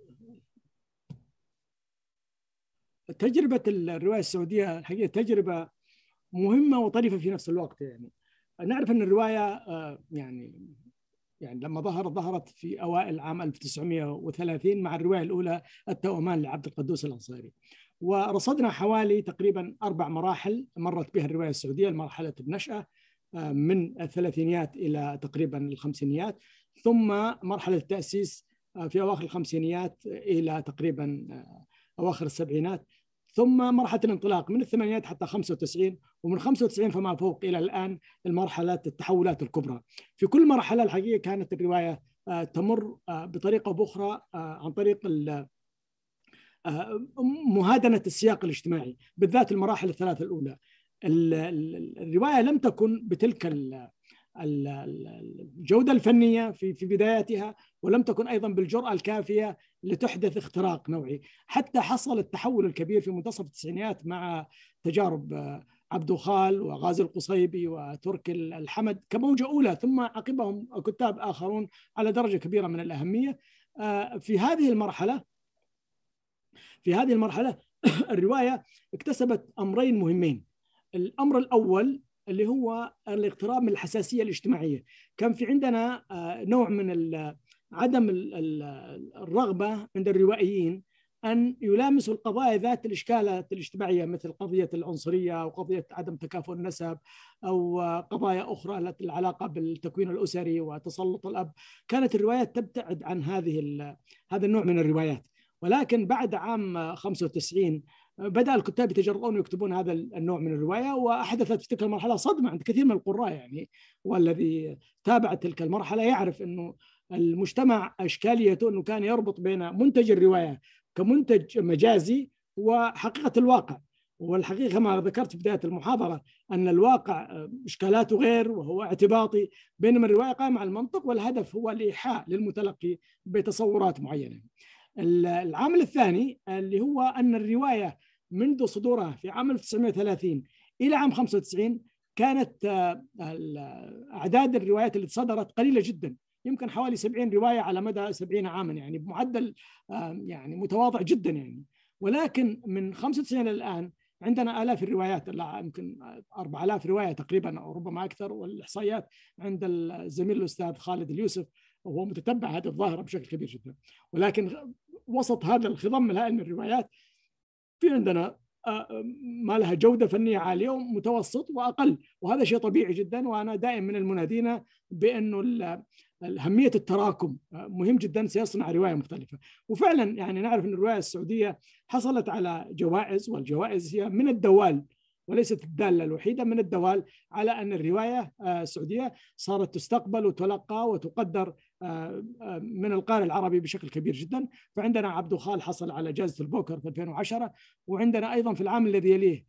تجربة الرواية السعودية الحقيقة تجربة مهمة وطريفة في نفس الوقت. يعني نعرف أن الرواية يعني يعني لما ظهرت ظهرت في أوائل عام ألف وتسعمائة وثلاثين مع الرواية الأولى التوأمان لعبد القدوس الأنصاري، ورصدنا حوالي تقريبا أربع مراحل مرت بها الرواية السعودية: مرحلة النشأة من الثلاثينيات إلى تقريبا الخمسينيات، ثم مرحلة التأسيس في أواخر الخمسينيات إلى تقريبا أواخر السبعينات، ثم مرحلة الانطلاق من الثمانينات حتى خمسة وتسعين، ومن خمسة وتسعين فما فوق إلى الآن المرحلة التحولات الكبرى. في كل مرحلة الحقيقة كانت الرواية تمر بطريقة أو بأخرى عن طريق مهادنة السياق الاجتماعي، بالذات المراحل الثلاثة الأولى. الرواية لم تكن بتلك الجودة الفنية في في بداياتها، ولم تكن أيضا بالجرأة الكافية لتحدث اختراق نوعي، حتى حصل التحول الكبير في منتصف التسعينيات مع تجارب عبد خال وغازي القصيبي وترك الحمد كموجة أولى، ثم عقبهم كتاب آخرون على درجة كبيرة من الأهمية. في هذه المرحلة في هذه المرحلة الرواية اكتسبت أمرين مهمين. الأمر الأول اللي هو الاقتراب من الحساسية الاجتماعية. كان في عندنا نوع من عدم الرغبة عند الروائيين أن يلامسوا القضايا ذات الإشكالات الاجتماعية، مثل قضية العنصرية أو قضية عدم تكافؤ النسب أو قضايا أخرى لها العلاقة بالتكوين الأسري وتسلط الأب. كانت الروايات تبتعد عن هذه هذا النوع من الروايات. ولكن بعد عام خمسة وتسعين بدأ الكتاب يتجرؤون يكتبون هذا النوع من الرواية، وأحدثت في تلك المرحلة صدمة عند كثير من القراء يعني، والذي تابع تلك المرحلة يعرف أنه المجتمع أشكاليته أنه كان يربط بين منتج الرواية كمنتج مجازي وحقيقة الواقع. والحقيقة ما ذكرت في بداية المحاضرة أن الواقع إشكالاته غير وهو اعتباطي، بينما الرواية قائمة على المنطق، والهدف هو الإيحاء للمتلقي بتصورات معينة. العامل الثاني اللي هو أن الرواية منذ صدورها في عام ألف وتسعمائة وثلاثين إلى عام خمسة وتسعين كانت أعداد الروايات اللي صدرت قليلة جدا، يمكن حوالي سبعين رواية على مدى سبعين عاما، يعني بمعدل يعني متواضع جدا يعني. ولكن من خمسة وتسعين إلى الآن عندنا آلاف الروايات، يمكن أربعة آلاف رواية تقريبا أو ربما أكثر، والإحصائيات عند الزميل الأستاذ خالد اليوسف وهو متتبع هذه الظاهرة بشكل كبير جدا. ولكن وسط هذا الخضم الهائل من الروايات في عندنا ما لها جودة فنية عالية ومتوسط وأقل، وهذا شيء طبيعي جدا. وأنا دائما من المنادين بأنه أهمية التراكم مهم جدا، سيصنع رواية مختلفة. وفعلا يعني نعرف أن الرواية السعودية حصلت على جوائز، والجوائز هي من الدوال وليست الدالة الوحيدة، من الدوال على أن الرواية السعودية صارت تستقبل وتلقى وتقدر من القارئ العربي بشكل كبير جدا. فعندنا عبد خال حصل على جائزة البوكر في ألفين وعشرة، وعندنا أيضا في العام الذي يليه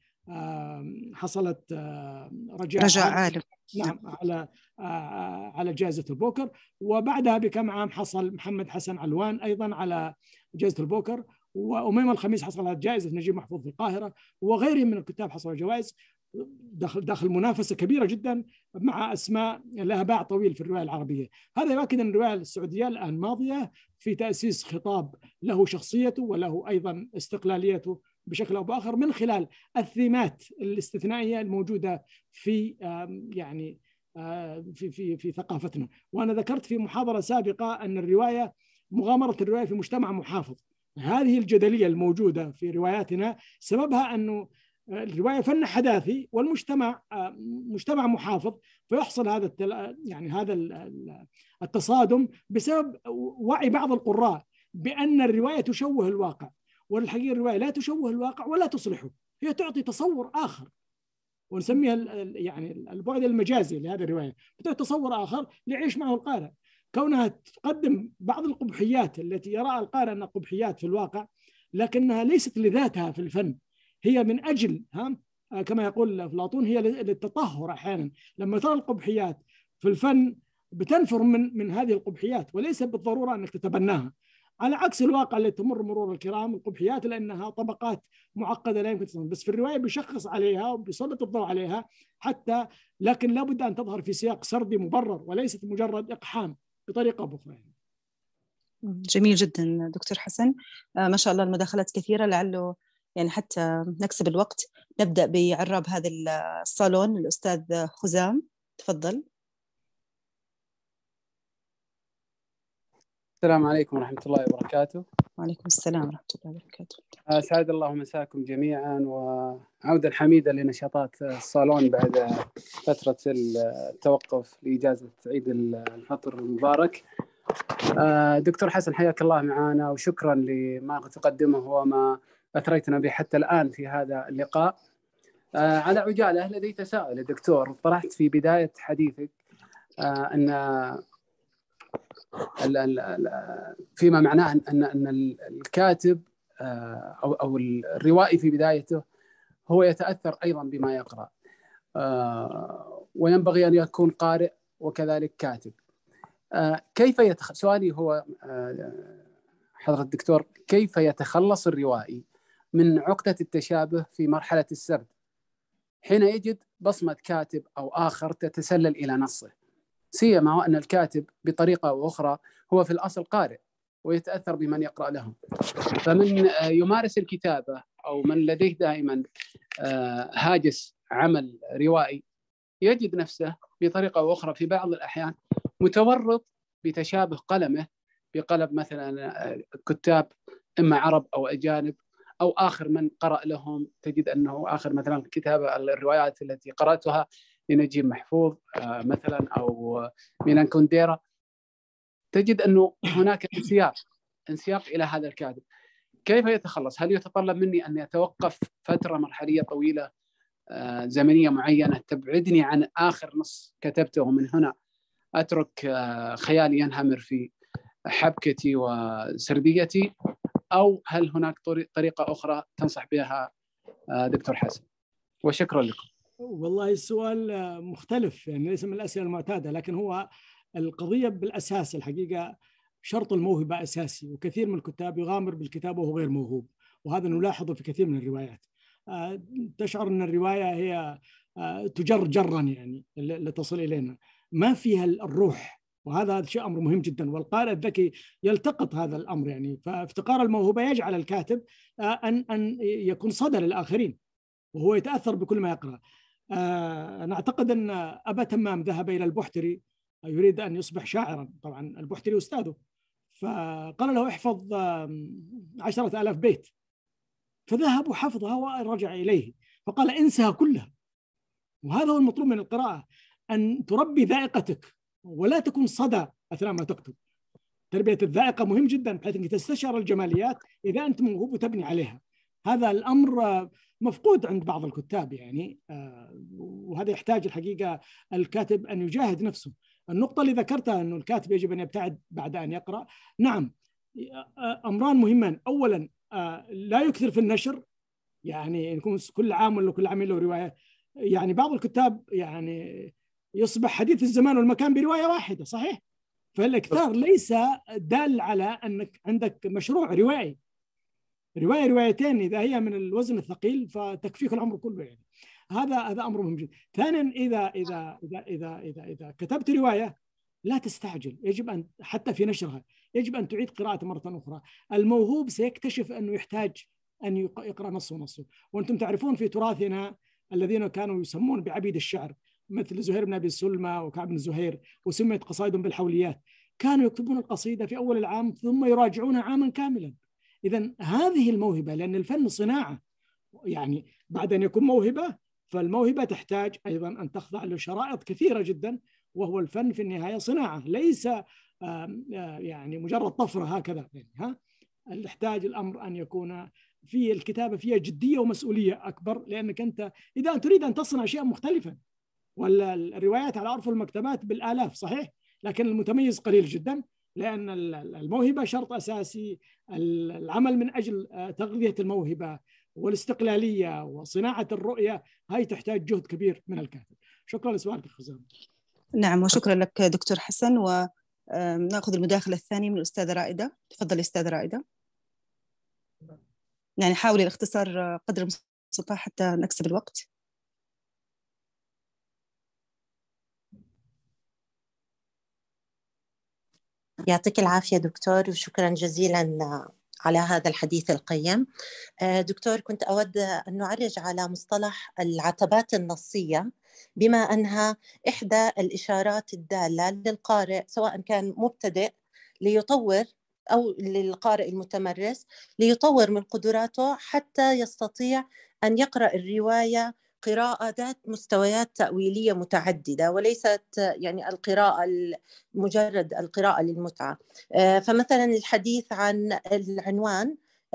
حصلت رجاء, رجاء عالم نعم على على جائزة البوكر. وبعدها بكم عام حصل محمد حسن علوان أيضا على جائزة البوكر، وأميمة الخميس حصل على جائزة نجيب محفوظ في القاهرة، وغيرهم من الكتاب حصلوا على جوائز داخل داخل منافسة كبيرة جدا مع أسماء لها باع طويل في الرواية العربية. هذا يؤكد أن الرواية السعودية الآن ماضية في تأسيس خطاب له شخصيته وله أيضا استقلاليته بشكل أو بآخر، من خلال الثيمات الاستثنائية الموجودة في يعني في في في ثقافتنا. وأنا ذكرت في محاضرة سابقة أن الرواية مغامرة الرواية في مجتمع محافظ، هذه الجدلية الموجودة في رواياتنا سببها أنه الرواية فن حداثي والمجتمع مجتمع محافظ، فيحصل هذا يعني هذا التصادم بسبب وعي بعض القراء بأن الرواية تشوه الواقع. والحقيقة الرواية لا تشوه الواقع ولا تصلحه، هي تعطي تصور آخر ونسميها يعني البعد المجازي لهذه الرواية، بتعطي تصور آخر ليعيش معه القارئ. كونها تقدم بعض القبحيات التي يرى القارئ أنها قبحيات في الواقع، لكنها ليست لذاتها في الفن، هي من أجل ها كما يقول أفلاطون هي للتطهر. أحيانا لما ترى القبحيات في الفن بتنفر من من هذه القبحيات، وليس بالضرورة أنك تتبناها، على عكس الواقع اللي تمر مرور الكرام القبحيات لأنها طبقات معقدة لا يمكن تصنع. بس في الرواية بيشخص عليها وبيسلط الضوء عليها حتى، لكن لابد أن تظهر في سياق سردي مبرر وليست مجرد إقحام بطريقة أخرى. جميل جدا دكتور حسن، آه ما شاء الله المداخلات كثيرة، لعله يعني حتى نكسب الوقت نبدأ بعراب هذا الصالون الأستاذ خزام، تفضل. السلام عليكم ورحمة الله وبركاته. وعليكم السلام ورحمة الله وبركاته. أسعد الله مساكم جميعا، وعودة حميدة لنشاطات الصالون بعد فترة التوقف لإجازة عيد الفطر المبارك. دكتور حسن حياك الله معنا، وشكرا لما تقدمه وما أثريتنا به حتى الآن في هذا اللقاء. على عجالة لدي تساؤل يا دكتور، طرحت في بداية حديثك أن فيما معناه أن أن الكاتب أو أو الروائي في بدايته هو يتأثر أيضا بما يقرأ، وينبغي أن يكون قارئ وكذلك كاتب. كيف يتخ... سؤالي هو حضرة الدكتور، كيف يتخلص الروائي من عقدة التشابه في مرحلة السرد حين يجد بصمة كاتب أو آخر تتسلل إلى نصه، سيما وأن الكاتب بطريقة أو أخرى هو في الأصل قارئ ويتأثر بمن يقرأ له؟ فمن يمارس الكتابة أو من لديه دائما هاجس عمل روائي يجد نفسه بطريقة أو أخرى في بعض الأحيان متورط بتشابه قلمه بقلم مثلا كتاب إما عرب أو أجانب أو آخر من قرأ لهم. تجد أنه آخر مثلا كتابة الروايات التي قرأتها لنجيب محفوظ مثلا أو ميلان كونديرا، تجد أنه هناك انسياق انسياق إلى هذا الكاتب. كيف يتخلص؟ هل يتطلب مني أن يتوقف فترة مرحلية طويلة زمنية معينة تبعدني عن آخر نص كتبته، ومن هنا أترك خيالي ينهمر في حبكتي وسرديتي، أو هل هناك طريقة أخرى تنصح بها دكتور حسن؟ وشكرا لكم. والله السؤال مختلف، يعني ليس من الأسئلة المعتادة، لكن هو القضية بالأساس الحقيقة شرط الموهبة أساسي، وكثير من الكتاب يغامر بالكتابة وهو غير موهوب، وهذا نلاحظه في كثير من الروايات. تشعر أن الرواية هي تجر جرا يعني لتصل إلينا، ما فيها الروح، وهذا شيء أمر مهم جدا، والقارئ الذكي يلتقط هذا الأمر. يعني فافتقار الموهوبة يجعل الكاتب أن أن يكون صدى للآخرين وهو يتأثر بكل ما يقرأ. أنا أعتقد أن أبا تمام ذهب إلى البحتري يريد أن يصبح شاعرا، طبعا البحتري أستاذه، فقال له احفظ عشرة آلاف بيت، فذهب وحفظها ورجع إليه فقال انسها كلها. وهذا هو المطلوب من القراءة، أن تربي ذائقتك ولا تكون صدى أثناء ما تكتب. تربية الذائقة مهم جدا بحيث أنك تستشعر الجماليات إذا أنت موهوب وتبني عليها. هذا الأمر مفقود عند بعض الكتاب يعني، وهذا يحتاج الحقيقة الكاتب أن يجاهد نفسه. النقطة اللي ذكرتها أنه الكاتب يجب أن يبتعد بعد أن يقرأ، نعم أمران مهمان. أولا لا يكثر في النشر، يعني يكون كل عام ولا كل عامين له رواية. يعني بعض الكتاب يعني يصبح حديث الزمان والمكان برواية واحدة، صحيح؟ فالإكثار ليس دال على أنك عندك مشروع روائي. رواية روايتين إذا هي من الوزن الثقيل فتكفيك العمر كله يعني. هذا هذا أمر مهم جدا. ثانيا إذا إذا إذا إذا إذا إذا كتبت رواية لا تستعجل، يجب أن حتى في نشرها يجب أن تعيد قراءة مرة أخرى. الموهوب سيكتشف أنه يحتاج أن يقرأ نصه نصه. وأنتم تعرفون في تراثنا الذين كانوا يسمون بعبيد الشعر مثل زهير بن أبي سلمى وكعب بن زهير، وسميت قصائد بالحوليات، كانوا يكتبون القصيدة في أول العام ثم يراجعونها عاما كاملا. إذن هذه الموهبة، لأن الفن صناعة، يعني بعد أن يكون موهبة فالموهبة تحتاج أيضا أن تخضع لشرائط كثيرة جدا، وهو الفن في النهاية صناعة ليس يعني مجرد طفرة هكذا. يعني ها يحتاج الأمر أن يكون في الكتابة فيها جدية ومسؤولية أكبر، لأنك أنت إذا تريد أن تصنع شيئا مختلفا، ولا الروايات على أرفف المكتبات بالآلاف صحيح، لكن المتميز قليل جدا، لأن الموهبة شرط أساسي. العمل من أجل تغذية الموهبة والاستقلالية وصناعة الرؤية هاي تحتاج جهد كبير من الكاتب. شكرا لسؤالك خزام. نعم، وشكرا لك دكتور حسن. ونأخذ المداخلة الثانية من الأستاذة رائدة. تفضل أستاذة رائدة. يعني حاولي الاختصار قدر المستطاع حتى نكسب الوقت. يعطيك العافية دكتور، وشكرا جزيلا على هذا الحديث القيم. دكتور، كنت أود أن نعرج على مصطلح العتبات النصية، بما أنها إحدى الإشارات الدالة للقارئ سواء كان مبتدئ ليطور أو للقارئ المتمرس ليطور من قدراته حتى يستطيع أن يقرأ الرواية قراءة ذات مستويات تأويلية متعددة، وليست يعني القراءة مجرد القراءة للمتعة. فمثلا الحديث عن العنوان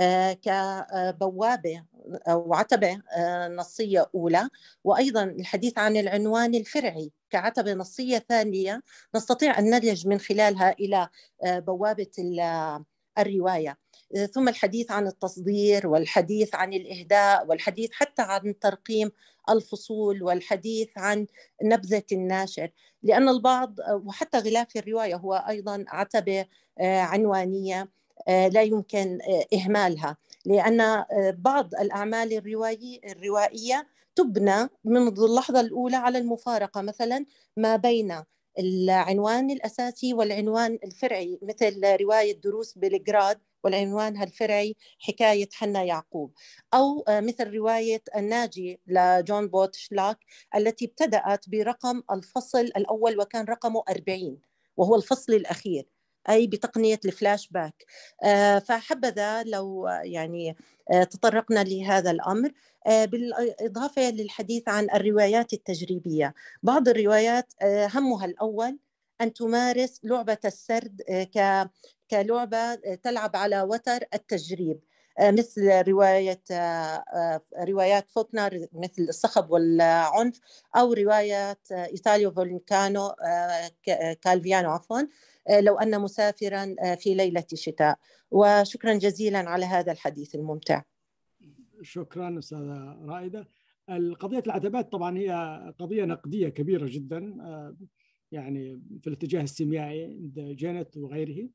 كبوابة أو عتبة نصية أولى، وأيضا الحديث عن العنوان الفرعي كعتبة نصية ثانية نستطيع أن نلج من خلالها إلى بوابة الرواية. ثم الحديث عن التصدير، والحديث عن الإهداء، والحديث حتى عن ترقيم الفصول، والحديث عن نبذة الناشر، لأن البعض وحتى غلاف الرواية هو أيضا عتبة عنوانية لا يمكن إهمالها، لأن بعض الأعمال الروائية الروائية تبنى منذ اللحظة الأولى على المفارقة، مثلا ما بين العنوان الأساسي والعنوان الفرعي، مثل رواية دروس بلغراد والعنوان الفرعي حكاية حنا يعقوب، أو مثل رواية الناجي لجون بوتشلاك التي ابتدأت برقم الفصل الأول وكان رقمه أربعين وهو الفصل الأخير، أي بتقنية الفلاش باك. فحبذا لو يعني تطرقنا لهذا الأمر، بالإضافة للحديث عن الروايات التجريبية. بعض الروايات همها الأول أن تمارس لعبة السرد كلعبة تلعب على وتر التجريب، مثل رواية روايات فوكنر مثل الصخب والعنف، أو رواية إيطاليو فولنكانو كالفيانو عفوا لو أن مسافرا في ليلة شتاء. وشكرا جزيلا على هذا الحديث الممتع. شكرا أستاذة رائدة. القضية العتبات طبعا هي قضية نقدية كبيرة جدا، يعني في الاتجاه السيميائي عند جينت وغيره.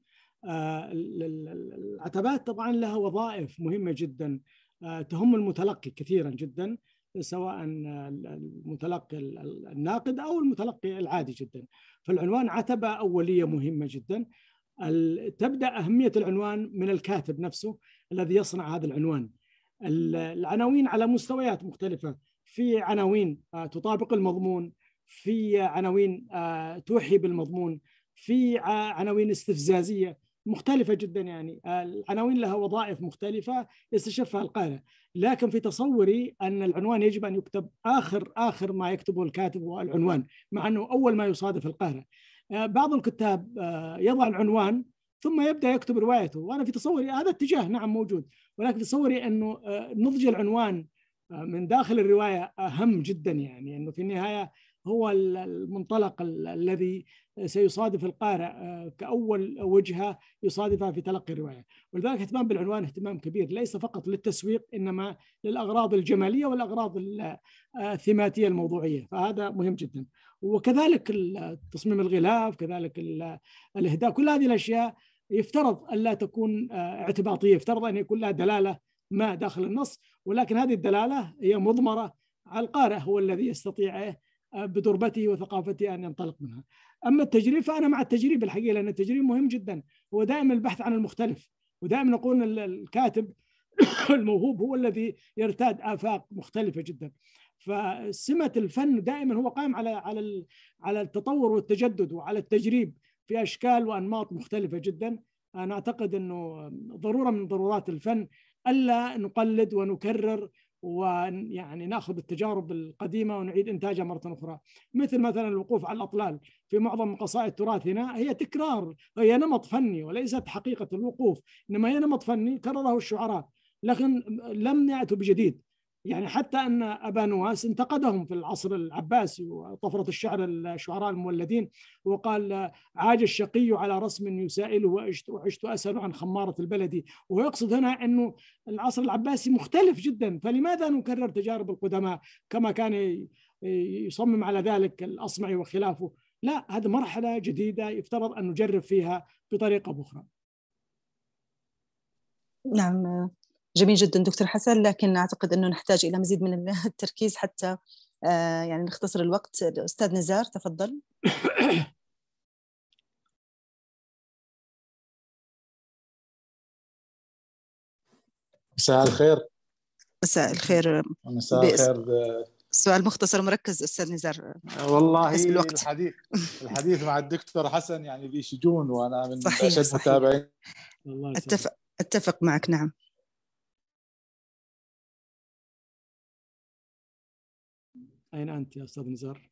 العتبات طبعا لها وظائف مهمة جدا تهم المتلقي كثيرا جدا، سواء المتلقي الناقد أو المتلقي العادي جدا. فالعنوان عتبة أولية مهمة جدا. تبدأ أهمية العنوان من الكاتب نفسه الذي يصنع هذا العنوان. العناوين على مستويات مختلفة، في عناوين تطابق المضمون، في عناوين توحي بالمضمون، في عناوين استفزازية مختلفة جدا. يعني العناوين لها وظائف مختلفة يستشفها القارئ، لكن في تصوري أن العنوان يجب أن يكتب آخر آخر ما يكتبه الكاتب هو العنوان، مع أنه أول ما يصادف القارئ. بعض الكتاب يضع العنوان ثم يبدأ يكتب روايته، وأنا في تصوري هذا اتجاه نعم موجود، ولكن في تصوري أنه نضج العنوان من داخل الرواية أهم جدا، يعني أنه في النهاية هو المنطلق الذي سيصادف القارئ كأول وجهة يصادفها في تلقي الرواية. ولذلك اهتمام بالعنوان اهتمام كبير، ليس فقط للتسويق إنما للأغراض الجمالية والأغراض الثيماتية الموضوعية، فهذا مهم جدا. وكذلك تصميم الغلاف، كذلك الإهداء، كل هذه الأشياء يفترض أن لا تكون اعتباطية، يفترض أن يكون لها دلالة ما داخل النص، ولكن هذه الدلالة هي مضمرة على القارئ، هو الذي يستطيع بدربته وثقافته أن ينطلق منها. أما التجريب فأنا مع التجريب الحقيقة، لأن التجريب مهم جدا، هو دائما البحث عن المختلف، ودائما نقول الكاتب الموهوب هو الذي يرتاد آفاق مختلفة جدا. فسمة الفن دائما هو قائم على على على التطور والتجدد وعلى التجريب في أشكال وأنماط مختلفة جدا، أنا أعتقد أنه ضرورة من ضرورات الفن ألا نقلد ونكرر ويعني نأخذ التجارب القديمة ونعيد إنتاجها مرة أخرى، مثل مثلا الوقوف على الأطلال في معظم قصائد تراثنا هي تكرار، هي نمط فني وليست حقيقة الوقوف، إنما هي نمط فني كرره الشعراء لكن لم يأتوا بجديد. يعني حتى أن أبا نواس انتقدهم في العصر العباسي وطفرة الشعر الشعراء المولدين، وقال عاج الشقي على رسم يسائله وعشت أسأل عن خمارة البلد، وهو يقصد هنا أنه العصر العباسي مختلف جدا، فلماذا نكرر تجارب القدماء كما كان يصمم على ذلك الأصمعي وخلافه؟ لا، هذه مرحلة جديدة يفترض أن نجرب فيها بطريقة أخرى. نعم جميل جدا دكتور حسن، لكن أعتقد أنه نحتاج إلى مزيد من التركيز حتى يعني نختصر الوقت. أستاذ نزار تفضل. مساء الخير. مساء الخير. مساء الخير. سؤال مختصر مركز أستاذ نزار. والله الحديث الحديث مع الدكتور حسن يعني ذي شجون، وأنا من أشد متابعين. اتفق اتفق معك. نعم. أين أنت يا أستاذ نزار؟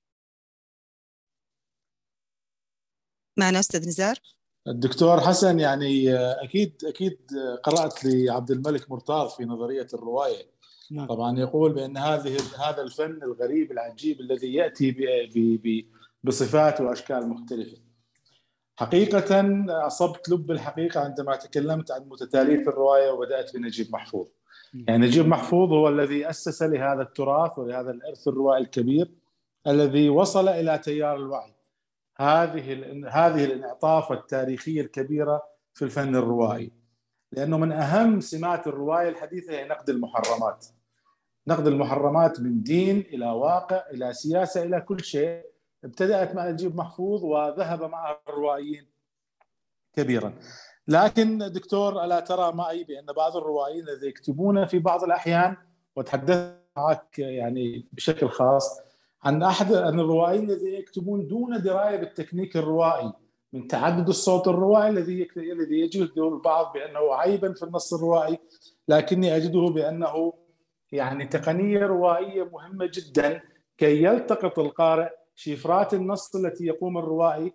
معنا أستاذ نزار. الدكتور حسن يعني أكيد أكيد قرأت لعبد الملك مرتاض في نظرية الرواية. نعم. طبعا يقول بأن هذه هذا الفن الغريب العجيب الذي يأتي ب ب بصفات وأشكال مختلفة. حقيقة أصبت لب الحقيقة عندما تكلمت عن متتاليف الرواية وبدأت بنجيب محفوظ. يعني نجيب محفوظ هو الذي أسس لهذا التراث ولهذا الإرث الروائي الكبير الذي وصل إلى تيار الوعي. هذه هذه الانعطافة التاريخية الكبيرة في الفن الروائي، لأنه من أهم سمات الرواية الحديثة هي نقد المحرمات. نقد المحرمات من دين إلى واقع إلى سياسة إلى كل شيء. ابتدأت مع نجيب محفوظ وذهب معها الروائيين كبيرا. لكن دكتور ألا ترى معي بأن بعض الروائيين الذين يكتبون في بعض الأحيان، وتحدثت معك يعني بشكل خاص عن أحد أن الروائيين الذين يكتبون دون دراية بالتكنيك الروائي، من تعدد الصوت الروائي الذي الذي يجده البعض بأنه عيبا في النص الروائي، لكني أجده بأنه يعني تقنية روائية مهمة جدا كي يلتقط القارئ شفرات النص التي يقوم الروائي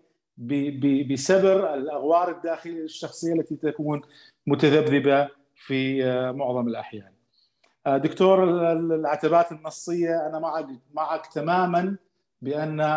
بسبر الأغوار الداخلية للشخصية التي تكون متذبذبة في معظم الأحيان. دكتور العتبات النصية، أنا معك معك تماما بأن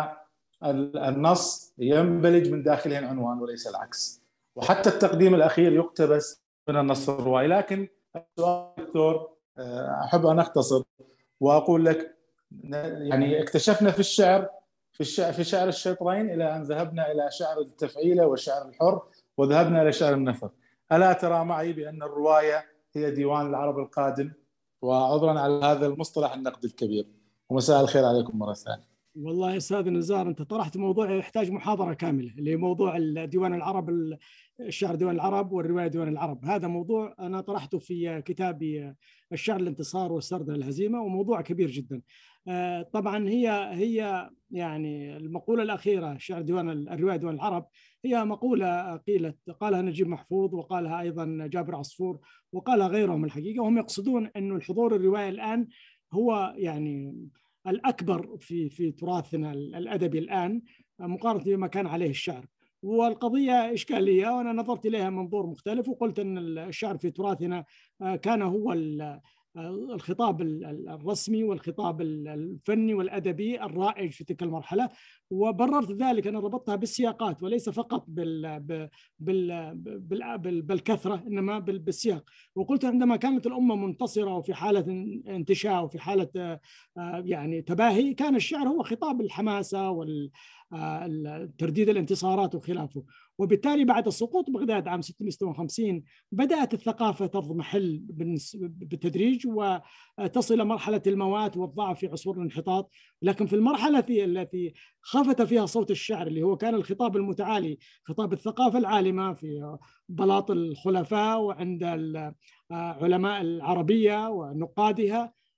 النص ينبلج من داخله العنوان وليس العكس، وحتى التقديم الأخير يقتبس من النص الروائي. لكن السؤال دكتور أحب أن أختصر وأقول لك، يعني اكتشفنا في الشعر في الشعر في شعر الشطرين إلى أن ذهبنا إلى شعر التفعيلة والشعر الحر وذهبنا إلى شعر النثر. ألا ترى معي بأن الرواية هي ديوان العرب القادم؟ وعذرا على هذا المصطلح النقد الكبير، ومساء الخير عليكم مرة ثانية. والله أستاذ نزار أنت طرحت موضوع يحتاج محاضرة كاملة، اللي هو موضوع ديوان العرب، الشعر ديوان العرب والرواية ديوان العرب. هذا موضوع أنا طرحته في كتابي الشعر الانتصار والسرد الهزيمة، وموضوع كبير جدا. طبعا هي هي يعني المقولة الأخيرة شعر ديوان الرواية ديوان العرب هي مقولة قيلت قالها نجيب محفوظ وقالها أيضا جابر عصفور وقالها غيرهم الحقيقة، وهم يقصدون أنه الحضور الرواية الآن هو يعني الأكبر في في تراثنا الأدبي الآن مقارنة بما كان عليه الشعر. والقضية إشكالية، وأنا نظرت إليها من منظور مختلف وقلت أن الشعر في تراثنا كان هو الخطاب الرسمي والخطاب الفني والأدبي الرائج في تلك المرحلة، وبررت ذلك أنا ربطتها بالسياقات وليس فقط بال بال بال بالكثرة إنما بالسياق. وقلت عندما كانت الأمة منتصرة وفي حالة انتشاء وفي حالة يعني تباهي، كان الشعر هو خطاب الحماسة وال ترديد الانتصارات وخلافه. وبالتالي بعد سقوط بغداد عام ستمائة وستة وخمسين بدأت الثقافة تضمحل بالتدريج وتصل مرحلة الموات والضعف في عصور الانحطاط. لكن في المرحلة التي خفت فيها صوت الشعر اللي هو كان الخطاب المتعالي، خطاب الثقافة العالمة في بلاط الخلفاء وعند علماء العربية ونقادها،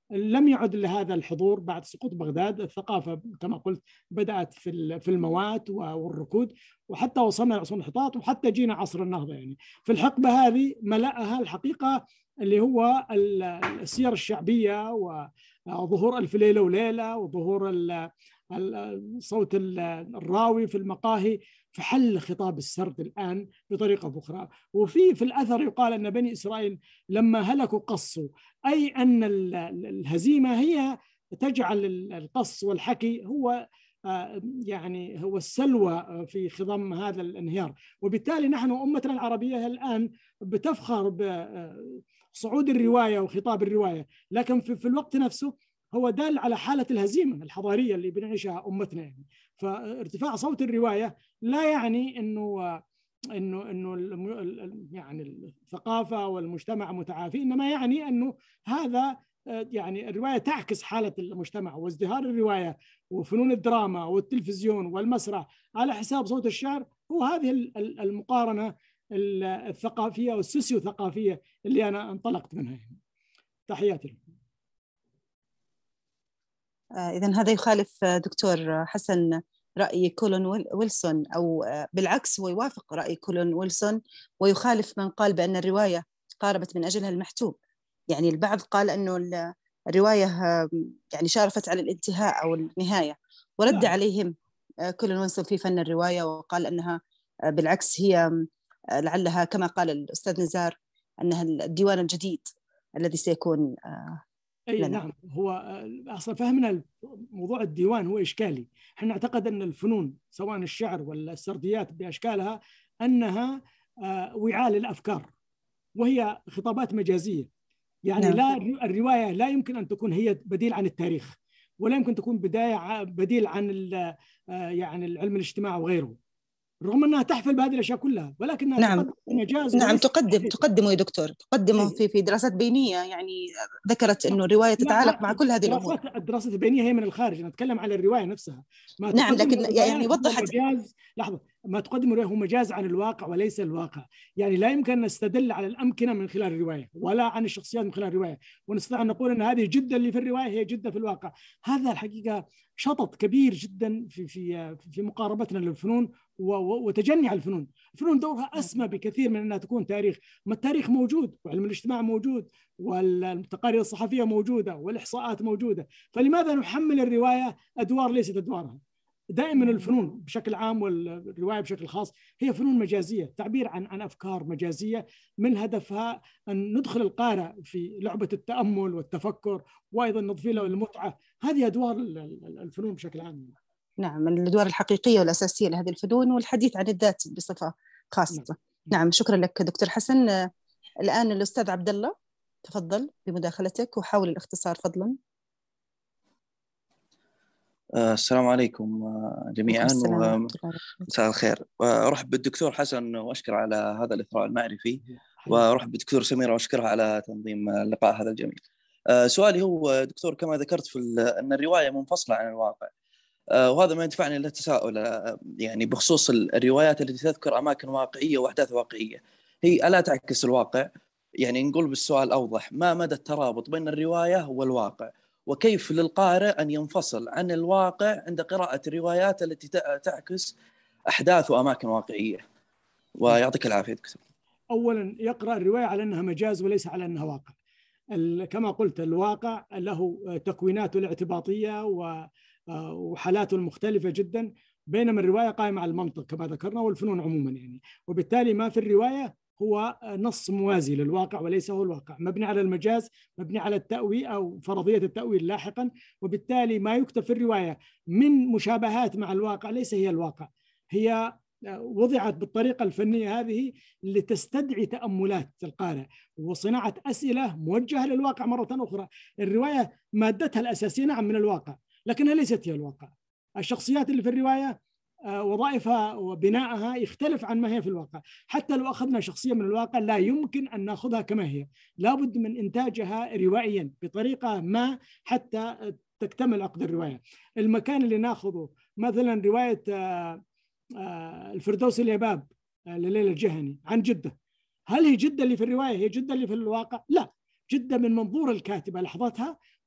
لم يعد لهذا الحضور بعد سقوط بغداد. الثقافة كما قلت بدأت في في الموات والركود، وحتى وصلنا لعصور الانحطاط، وحتى جينا عصر النهضة. يعني في الحقبة هذه ملأها الحقيقة اللي هو السير الشعبية وظهور ألف ليلة وليلة وظهور صوت الراوي في المقاهي، فحل خطاب السرد الآن بطريقة أخرى. وفي في الأثر يقال أن بني إسرائيل لما هلكوا قصوا، أي أن الهزيمة هي تجعل القص والحكي هو يعني هو السلوى في خضم هذا الانهيار. وبالتالي نحن أمتنا العربية الآن بتفخر بصعود الرواية وخطاب الرواية، لكن في الوقت نفسه هو دال على حالة الهزيمة الحضارية اللي بنعيشها أمتنا. يعني فارتفاع صوت الرواية لا يعني إنه إنه إنه يعني الثقافة والمجتمع متعافي، إنما يعني إنه هذا يعني الرواية تعكس حالة المجتمع، وازدهار الرواية وفنون الدراما والتلفزيون والمسرح على حساب صوت الشعر هو هذه المقارنة الثقافية والسوسيو ثقافية اللي أنا انطلقت منها. يعني تحياتي. إذن هذا يخالف دكتور حسن رأي كولون ويلسون، أو بالعكس هو يوافق رأي كولون ويلسون ويخالف من قال بأن الرواية قاربت من أجلها المحتوم. يعني البعض قال أنه الرواية يعني شارفت على الانتهاء أو النهاية، ورد عليهم كولون ويلسون في فن الرواية وقال أنها بالعكس هي لعلها كما قال الأستاذ نزار أنها الديوان الجديد الذي سيكون أي لنا. نعم، هو أصلا فهمنا موضوع الديوان هو إشكالي. احنا نعتقد أن الفنون سواء الشعر ولا السرديات بأشكالها أنها وعاء للأفكار، وهي خطابات مجازية. يعني نعم. لا الرواية لا يمكن أن تكون هي بديل عن التاريخ، ولا يمكن تكون بداية بديل عن يعني العلم الاجتماع وغيره، رغم أنها تحفل بهذه الأشياء كلها، ولكنها نعم تقدم مجاز. نعم تقدم تقدم يا دكتور تقدمه في في دراسات بينية، يعني ذكرت إنه الرواية تتعالق مع كل هذه الأمور. الدراسات البينية هي من الخارج، نتكلم على الرواية نفسها. ما نعم، لكن يعني وضحت مجاز. لحظة، ما تقدم الرواية هو مجاز عن الواقع وليس الواقع. يعني لا يمكن أن نستدل على الأمكنة من خلال الرواية ولا عن الشخصيات من خلال الرواية ونستطيع أن نقول أن هذه جدة اللي في الرواية هي جدة في الواقع. هذا الحقيقة شطط كبير جدا في في في مقاربتنا للفنون وتجني على الفنون. الفنون دورها أسمى بكثير من أنها تكون تاريخ. ما التاريخ موجود، وعلم الاجتماع موجود، والتقارير الصحفية موجودة، والإحصاءات موجودة، فلماذا نحمل الرواية أدوار ليست أدوارها؟ دائما الفنون بشكل عام والرواية بشكل خاص هي فنون مجازية، تعبير عن عن أفكار مجازية من هدفها أن ندخل القارئ في لعبة التأمل والتفكر، وأيضا نضيف له المتعة. هذه أدوار الفنون بشكل عام. نعم، من الأدوار الحقيقية والأساسية لهذه الفنون، والحديث عن الذات بصفة خاصة. نعم, نعم. شكرا لك دكتور حسن. الآن الأستاذ عبد الله تفضل بمداخلتك وحاول الاختصار فضلا. السلام عليكم جميعا ومساء الخير. أرحب بالدكتور حسن وأشكر على هذا الإثراء المعرفي، وأرحب بالدكتور سميرة وأشكرها على تنظيم اللقاء هذا الجميل. سؤالي هو دكتور، كما ذكرت في أن الرواية منفصلة عن الواقع، وهذا ما يدفعني إلى التساؤل يعني بخصوص الروايات التي تذكر أماكن واقعية وأحداث واقعية، هي ألا تعكس الواقع؟ يعني نقول بالسؤال أوضح، ما مدى الترابط بين الرواية والواقع؟ وكيف للقارئ أن ينفصل عن الواقع عند قراءة الروايات التي تعكس أحداث وأماكن واقعية؟ ويعطيك العافية دكتور. أولا يقرأ الرواية على أنها مجاز وليس على أنها واقع. كما قلت الواقع له تكويناته الاعتباطية وحالاته المختلفة جدا، بينما الرواية قائمة على المنطق كما ذكرنا والفنون عموما يعني. وبالتالي ما في الرواية هو نص موازي للواقع وليس هو الواقع، مبني على المجاز، مبني على التأويل أو فرضية التأويل لاحقا. وبالتالي ما يكتب في الرواية من مشابهات مع الواقع ليس هي الواقع، هي وضعت بالطريقة الفنية هذه لتستدعي تأملات القارئ وصناعة أسئلة موجهة للواقع مرة أخرى. الرواية مادتها الأساسية نعم من الواقع، لكنها ليست هي الواقع. الشخصيات اللي في الرواية وظائفها وبنائها يختلف عن ما هي في الواقع. حتى لو أخذنا شخصية من الواقع لا يمكن أن نأخذها كما هي، لابد من إنتاجها روائيا بطريقة ما حتى تكتمل عقد الرواية. المكان اللي نأخذه مثلا رواية الفردوس اليباب لليلى الجهني عن جدة، هل هي جدة اللي في الرواية هي جدة اللي في الواقع؟ لا، جدة من منظور الكاتبة لحظتها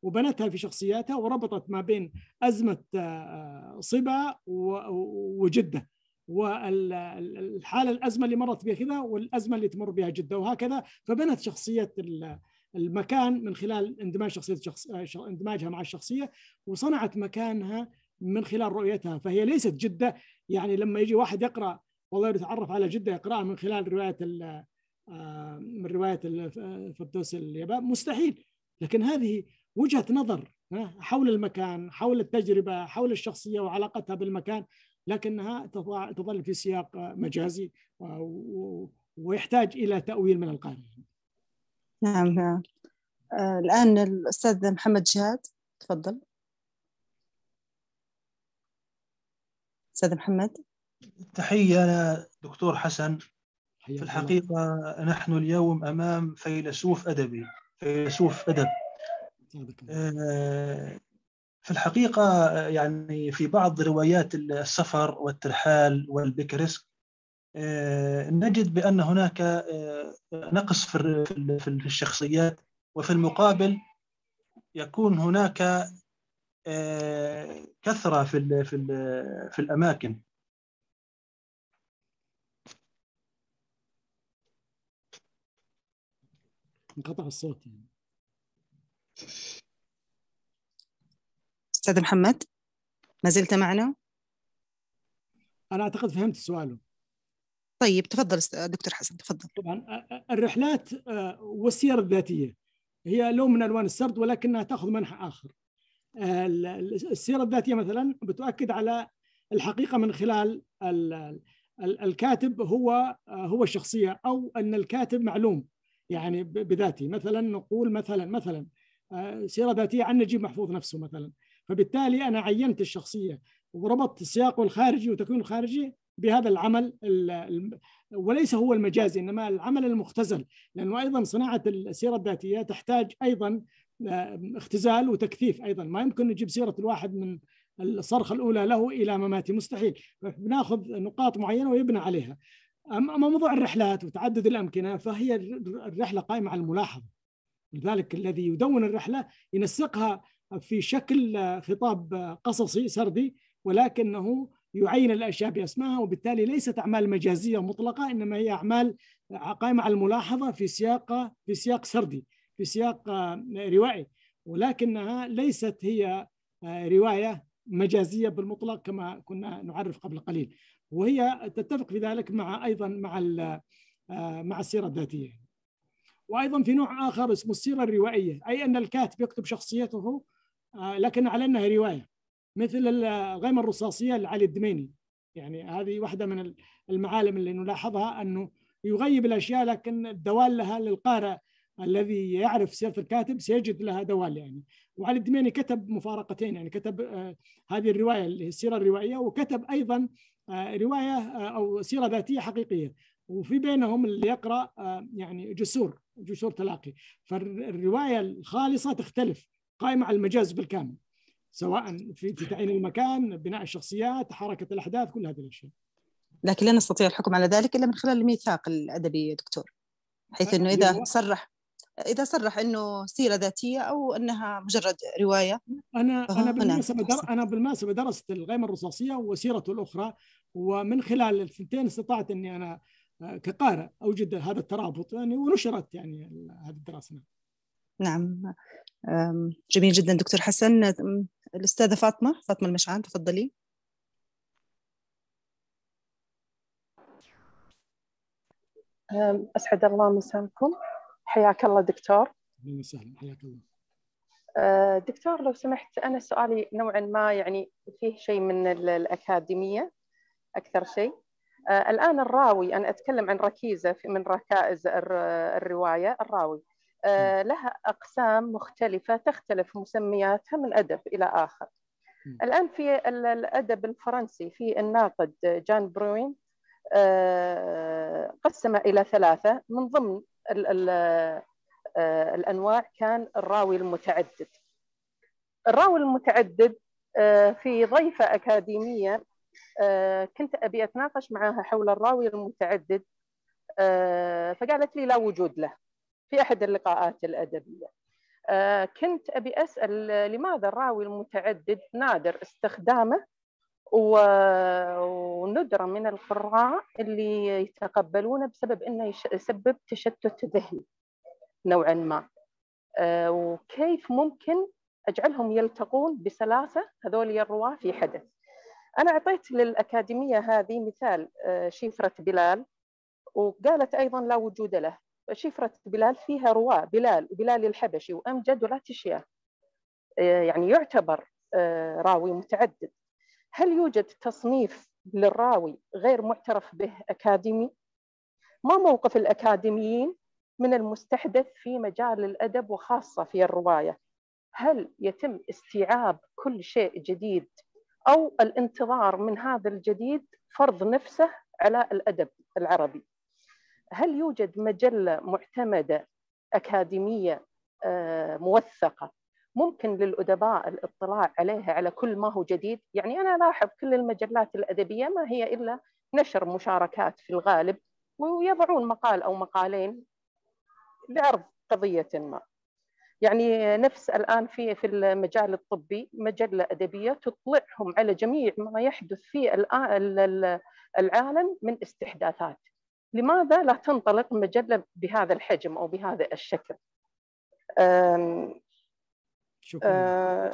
وبنتها في شخصياتها، وربطت ما بين أزمة صبا وجدة، والحالة الأزمة اللي مرت بها كذا والأزمة اللي تمر بها جدة، وهكذا. فبنت شخصية المكان من خلال اندماج شخصية شخص... اندماجها مع الشخصية، وصنعت مكانها من خلال رؤيتها. فهي ليست جدة، يعني لما يجي واحد يقرأ والله يتعرف على جدة يقرأها من خلال رواية من رواية فردوس اليابان، مستحيل. لكن هذه وجهة نظر حول المكان، حول التجربة، حول الشخصية وعلاقتها بالمكان، لكنها تظل في سياق مجازي ويحتاج إلى تأويل من القارئ. نعم. آه الآن الأستاذ محمد جهاد، تفضل. أستاذ محمد. تحية دكتور حسن. في الحقيقة نحن اليوم أمام فيلسوف أدبي، فيلسوف أدب. في الحقيقة يعني في بعض روايات السفر والترحال والبكرسك نجد بأن هناك نقص في الشخصيات، وفي المقابل يكون هناك كثرة في في الأماكن. انقطع الصوت. أستاذ محمد ما زلت معنا؟ أنا أعتقد فهمت سؤاله. طيب تفضل دكتور حسن، تفضل. طبعا الرحلات والسير الذاتية هي لون من ألوان السرد، ولكنها تأخذ منحى آخر. السيرة الذاتية مثلا بتؤكد على الحقيقة من خلال الكاتب هو هو الشخصية، أو أن الكاتب معلوم يعني بذاته. مثلا نقول مثلا مثلا سيرة ذاتية عن نجيب محفوظ نفسه مثلا، فبالتالي أنا عينت الشخصية وربطت السياق الخارجي وتكوين الخارجي بهذا العمل، وليس هو المجازي إنما العمل المختزل، لأنه أيضا صناعة السيرة الذاتية تحتاج أيضا اختزال وتكثيف. أيضا ما يمكن نجيب سيرة الواحد من الصرخة الأولى له إلى مماته، مستحيل. بناخذ نقاط معينة ويبنى عليها. أما موضوع الرحلات وتعدد الأمكنة فهي الرحلة قائمة على الملاحظة، لذلك الذي يدون الرحلة ينسقها في شكل خطاب قصصي سردي، ولكنه يعين الأشياء بأسمائها، وبالتالي ليست أعمال مجازية مطلقة، إنما هي أعمال قائمة على الملاحظة في سياق في سياق سردي، في سياق روائي، ولكنها ليست هي رواية مجازية بالمطلق كما كنا نعرف قبل قليل. وهي تتفق في ذلك مع أيضا مع مع السيرة الذاتية. وأيضا في نوع آخر اسمه السيرة الروائية، أي أن الكاتب يكتب شخصيته لكن على أنها رواية، مثل الغيمة الرصاصية لعلي الدميني. يعني هذه واحدة من المعالم اللي نلاحظها، أنه يغيب الأشياء لكن الدوال لها للقارئ الذي يعرف سيرة الكاتب سيجد لها دوال. يعني وعلي الدميني كتب مفارقتين، يعني كتب هذه الرواية اللي هي السيرة الروائية، وكتب أيضا رواية أو سيرة ذاتية حقيقية، وفي بينهم اللي يقرأ يعني جسور جسور تلاقي. فالرواية الخالصة تختلف، قائمة على المجاز بالكامل، سواء في تعيين المكان، بناء الشخصيات، حركة الأحداث، كل هذه الأشياء. لكن لا نستطيع الحكم على ذلك إلا من خلال الميثاق الأدبي يا دكتور، حيث أنه إذا صرح إذا صرح أنه سيرة ذاتية أو أنها مجرد رواية. أنا أنا بالمناسبة در... أنا بالمناسبة درست الغيمة الرصاصية وسيرته الأخرى، ومن خلال الثنتين استطعت أني أنا كقارئ أوجد هذا الترابط يعني، ونشرت يعني هذه الدراسة. نعم، جميل جدا دكتور حسن. الأستاذة فاطمة فاطمة المشعان، تفضلي. أسعد الله مساكم، حياك الله دكتور. أهلا وسهلا، حياك الله. دكتور لو سمحت، أنا سؤالي نوعا ما يعني فيه شيء من الأكاديمية أكثر شيء. الآن الراوي، أنا أتكلم عن ركيزة من ركائز الرواية. الراوي لها أقسام مختلفة تختلف مسمياتها من أدب إلى آخر. الآن في الأدب الفرنسي في الناقد جان بروين قسم إلى ثلاثة، من ضمن ال ال الأنواع كان الراوي المتعدد. الراوي المتعدد في ضيفة أكاديمية كنت أبي أتناقش معها حول الراوي المتعدد، فقالت لي لا وجود له في أحد اللقاءات الأدبية. كنت أبي أسأل لماذا الراوي المتعدد نادر استخدامه وندرة من القراء اللي يتقبلونه بسبب أنه يسبب تشتت ذهني نوعا ما، وكيف ممكن أجعلهم يلتقون بسلاسة هذول الرواة في حدث. أنا أعطيت للأكاديمية هذه مثال شفرة بلال، وقالت أيضا لا وجود له. شفرة بلال فيها رواة بلال وبلال الحبشي وأمجد ولاتشيا، يعني يعتبر راوي متعدد. هل يوجد تصنيف للراوي غير معترف به أكاديمي؟ ما موقف الأكاديميين من المستحدث في مجال الأدب وخاصة في الرواية؟ هل يتم استيعاب كل شيء جديد أو الانتظار من هذا الجديد فرض نفسه على الأدب العربي؟ هل يوجد مجلة معتمدة أكاديمية موثقة ممكن للأدباء الاطلاع عليها على كل ما هو جديد؟ يعني أنا ألاحظ كل المجلات الأدبية ما هي إلا نشر مشاركات في الغالب، ويضعون مقال أو مقالين لعرض قضية ما. يعني نفس الآن في في المجال الطبي مجلة أدبية تطلعهم على جميع ما يحدث في العالم من استحداثات. لماذا لا تنطلق مجلة بهذا الحجم أو بهذا الشكل؟ شكرا.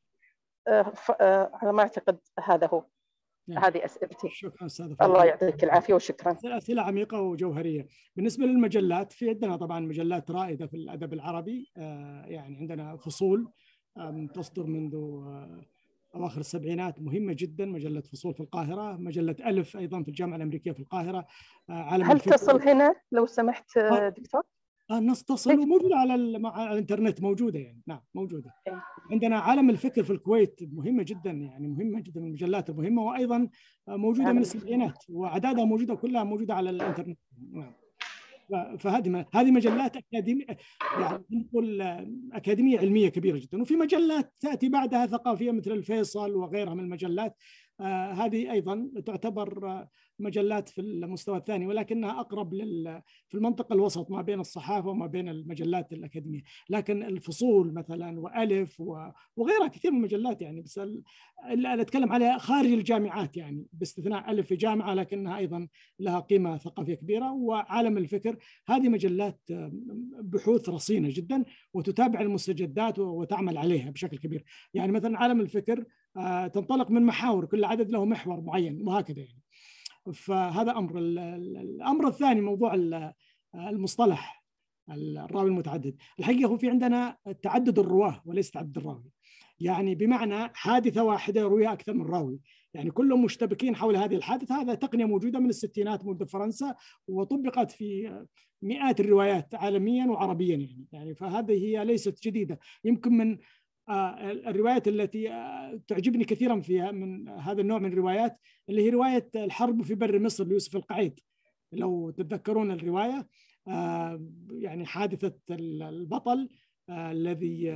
على ما أعتقد هذا هو. يعني. هذه أسئلتي. شكرا أستاذ. الله يعطيك العافية وشكرا. أسئلة عميقة وجوهرية. بالنسبة للمجلات، في عندنا طبعا مجلات رائدة في الأدب العربي، يعني عندنا فصول تصدر منذ أواخر السبعينات مهمة جدا، مجلة فصول في القاهرة، مجلة ألف أيضا في الجامعة الأمريكية في القاهرة. عالم هل الفكر. تصل هنا لو سمحت دكتور؟ الناس تصل وموجودة على, على الإنترنت، موجودة يعني. نعم موجودة. عندنا عالم الفكر في الكويت مهمة جدا، يعني مهمة جدا من المجلات المهمة، وأيضا موجودة من السبعينات وأعدادها موجودة كلها موجودة على الإنترنت. نعم. فهذه هذه مجلات أكاديمية، يعني نقول أكاديمية علمية كبيرة جدا. وفي مجلات تأتي بعدها ثقافية مثل الفيصل وغيرها من المجلات، آه هذه أيضا تعتبر آه مجلات في المستوى الثاني، ولكنها أقرب لل في المنطقة الوسط ما بين الصحافة وما بين المجلات الأكاديمية. لكن الفصول مثلا وألف وغيرها كثير من المجلات، يعني بس اللي أتكلم عليها خارج الجامعات، يعني باستثناء ألف في جامعة لكنها أيضا لها قيمة ثقافية كبيرة. وعالم الفكر هذه مجلات بحوث رصينة جدا وتتابع المستجدات وتعمل عليها بشكل كبير. يعني مثلا عالم الفكر تنطلق من محاور، كل عدد له محور معين وهكذا يعني. فهذا أمر. الأمر الثاني موضوع المصطلح الراوي المتعدد. الحقيقة هو في عندنا تعدد الرواه وليس تعدد الراوي، يعني بمعنى حادثة واحدة يرويها أكثر من راوي، يعني كلهم مشتبكين حول هذه الحادثة. هذا تقنية موجودة من الستينات موجودة في فرنسا وطبقت في مئات الروايات عالميا وعربيا يعني. يعني فهذه هي ليست جديدة. يمكن من الروايات التي تعجبني كثيرا فيها من هذا النوع من الروايات اللي هي رواية الحرب في بر مصر ليوسف القعيد، لو تتذكرون الرواية. يعني حادثة البطل الذي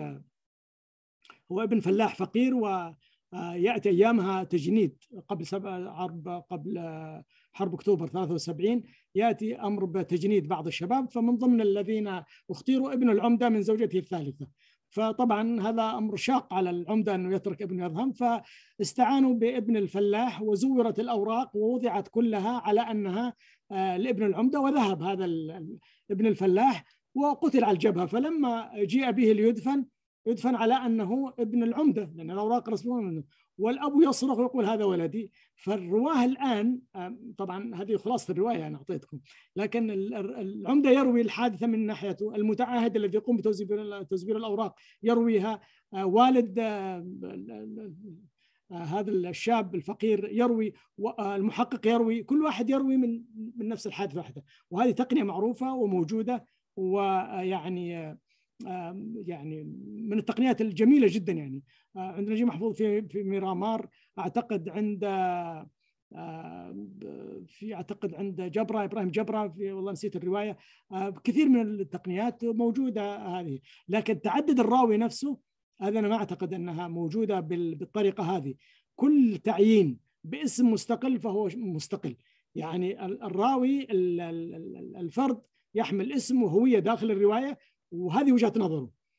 هو ابن فلاح فقير ويأتي أيامها تجنيد قبل سبع حرب قبل حرب أكتوبر ثلاثة وسبعين، يأتي أمر بتجنيد بعض الشباب، فمن ضمن الذين اختيروا ابن العمدة من زوجته الثالثة. فطبعا هذا أمر شاق على العمدة أنه يترك ابنه يذهب، فاستعانوا بابن الفلاح وزورت الأوراق ووضعت كلها على أنها لابن العمدة، وذهب هذا ابن الفلاح وقتل على الجبهة. فلما جيء به ليدفن يدفن على أنه ابن العمدة لأن الأوراق رسموها منه، والأب يصرخ ويقول هذا ولدي. فالرواه الآن طبعا هذه خلاصة الرواية أنا أعطيتكم، لكن العمدة يروي الحادثة من ناحيته، المتعاهد الذي يقوم بتزوير الأوراق يرويها، والد هذا الشاب الفقير يروي، المحقق يروي، كل واحد يروي من من نفس الحادثة واحدة. وهذه تقنية معروفة وموجودة، ويعني يعني من التقنيات الجميلة جدا. يعني عند نجيب محفوظ في في ميرامار، أعتقد عند في أعتقد عند جبرة إبراهيم جبرة في والله نسيت الرواية، كثير من التقنيات موجودة هذه. لكن تعدد الراوي نفسه هذا أنا ما أعتقد أنها موجودة بالطريقة هذه. كل تعيين باسم مستقل فهو مستقل، يعني الراوي الفرد يحمل اسم وهوية داخل الرواية، وهذه وجهة نظره.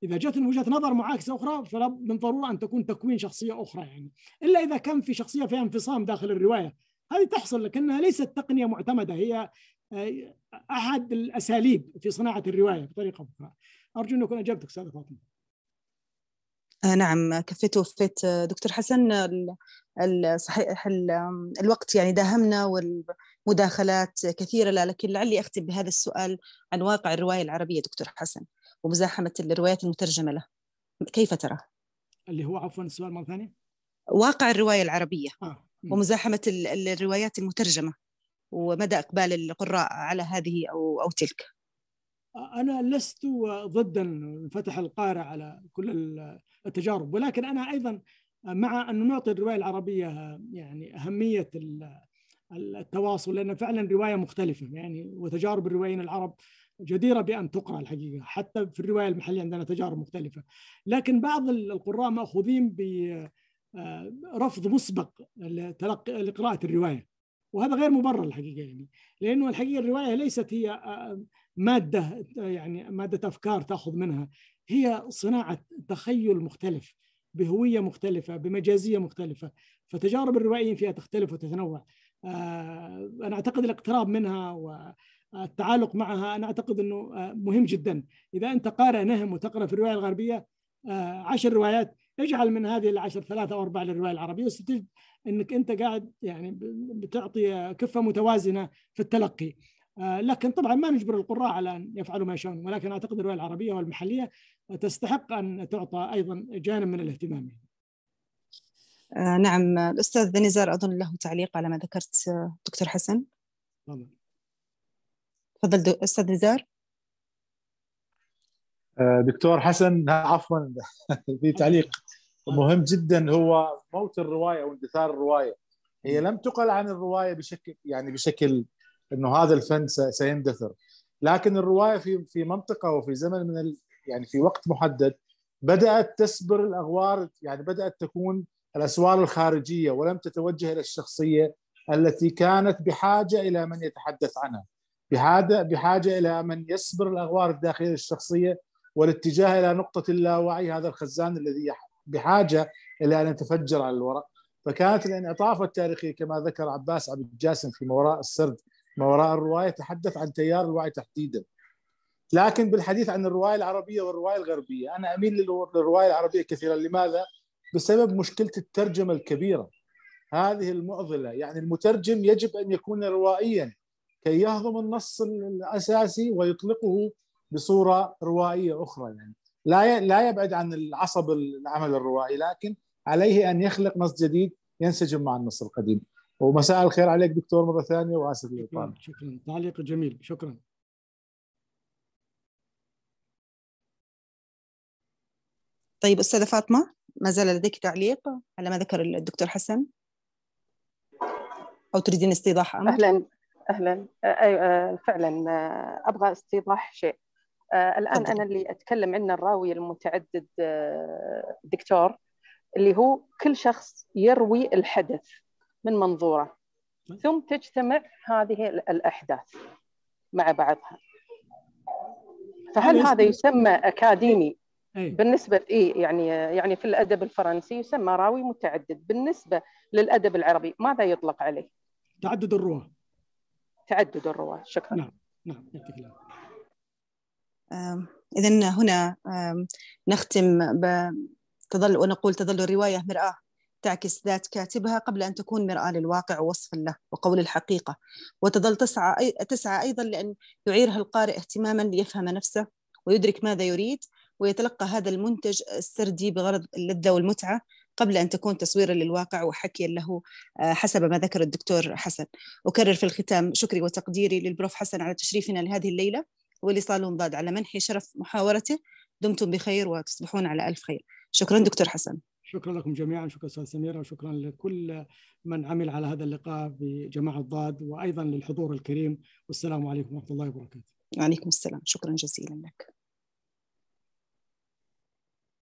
إذا جت وجهة نظر معاكسة أخرى فلا من ضرورة أن تكون تكوين شخصية أخرى يعني، إلا إذا كان في شخصية فيها انفصام داخل الرواية، هذه تحصل لكنها ليست تقنية معتمدة، هي أحد الأساليب في صناعة الرواية بطريقة أخرى. أرجو أن أكون أجبتك أستاذة فاطمة. آه نعم، كفيت وفيت دكتور حسن. صحيح الوقت يعني داهمنا والمداخلات كثيرة، لكن لعلي أختم بهذا السؤال عن واقع الرواية العربية دكتور حسن ومزاحمة الروايات المترجمة له، كيف ترى؟ اللي هو عفوا السؤال مرة ثانية. واقع الرواية العربية آه. ومزاحمة الروايات المترجمة ومدى إقبال القراء على هذه أو أو تلك. أنا لست ضدا فتح القارئ على كل التجارب، ولكن أنا أيضا مع أن نعطي الرواية العربية يعني أهمية التواصل، لأن فعلا رواية مختلفة يعني، وتجارب الروائيين العرب جديرة بأن تقرأ الحقيقة. حتى في الرواية المحلية عندنا تجارب مختلفة، لكن بعض القراء مأخوذين برفض مسبق لقراءة الرواية، وهذا غير مبرر الحقيقة يعني، لأنه الحقيقة الرواية ليست هي مادة يعني مادة أفكار تأخذ منها، هي صناعة تخيل مختلف بهوية مختلفة بمجازية مختلفة، فتجارب الروائيين فيها تختلف وتتنوع. أنا أعتقد الاقتراب منها والتعالق معها أنا أعتقد أنه مهم جدا. إذا أنت قارئ نهم وتقرأ في الرواية الغربية عشر روايات، اجعل من هذه العشر ثلاثة أو أربعة للرواية العربية، وستجد أنك أنت قاعد يعني بتعطي كفة متوازنة في التلقي. لكن طبعا ما نجبر القراء على أن يفعلوا ما يشاءون، ولكن أعتقد الرواية العربية والمحلية تستحق أن تعطى أيضا جانب من الاهتمام. آه نعم، الأستاذ نزار أظن له تعليق على ما ذكرت دكتور حسن. طبعا. تفضل أستاذ نزار. دكتور حسن عفوا في تعليق مهم جدا، هو موت الرواية أو اندثار الرواية. هي لم تقل عن الرواية بشكل يعني بشكل انه هذا الفن سيندثر، لكن الروايه في في منطقه وفي زمن من ال يعني في وقت محدد بدات تسبر الاغوار، يعني بدات تكون الاسوار الخارجيه ولم تتوجه الى الشخصيه التي كانت بحاجه الى من يتحدث عنها، بحاجه بحاجه الى من يسبر الاغوار الداخليه للشخصيه والاتجاه الى نقطه اللاوعي، هذا الخزان الذي بحاجه الى ان يتفجر على الورق. فكانت الانعطاف التاريخي كما ذكر عباس عبد الجاسم في ما وراء السرد ما وراء الرواية تحدث عن تيار الوعي تحديدا. لكن بالحديث عن الرواية العربية والرواية الغربية أنا أميل للرواية العربية كثيرا. لماذا؟ بسبب مشكلة الترجمة الكبيرة هذه المعضلة، يعني المترجم يجب أن يكون روائيا كي يهضم النص الأساسي ويطلقه بصورة روائية أخرى، يعني لا لا يبعد عن العصب العمل الروائي، لكن عليه أن يخلق نص جديد ينسجم مع النص القديم. ومساء الخير عليك دكتور مرة ثانية، وآسف للإطالة. شكرا، تعليق جميل، شكرا. طيب أستاذة فاطمة، ما زال لديك تعليق على ما ذكر الدكتور حسن أو تريدين استيضاح أمر؟ أهلا أهلا. أه فعلا أبغى استيضاح شيء. أه الآن أنا اللي أتكلم عنه الراوي المتعدد أه دكتور، اللي هو كل شخص يروي الحدث من منظوره ثم تجتمع هذه الأحداث مع بعضها. فهل هذا يسمى أكاديمي؟ بالنسبة إيه يعني يعني في الأدب الفرنسي يسمى راوي متعدد، بالنسبة للأدب العربي ماذا يطلق عليه؟ تعدد الرواة. تعدد الرواة. شكرا. نعم نعم يعطيك العافية. إذن هنا نختم بتظل ونقول تظل الرواية مرآة تعكس ذات كاتبها قبل أن تكون مرآة للواقع ووصفا له وقول الحقيقة، وتظل تسعى, تسعى أيضا لأن يعيرها القارئ اهتماما ليفهم نفسه ويدرك ماذا يريد ويتلقى هذا المنتج السردي بغرض اللذة والمتعة قبل أن تكون تصويرا للواقع وحكيا له حسب ما ذكر الدكتور حسن. أكرر في الختام شكري وتقديري للبروف حسن على تشريفنا لهذه الليلة، ولصالون ضاد على منحي شرف محاورته. دمتم بخير وتصبحون على ألف خير. شكرا دكتور حسن. شكرا لكم جميعا، شكرا أستاذ سميرة، وشكرا لكل من عمل على هذا اللقاء بجماعة ضاد، وأيضا للحضور الكريم، والسلام عليكم ورحمة الله وبركاته. وعليكم السلام، شكرا جزيلا لك.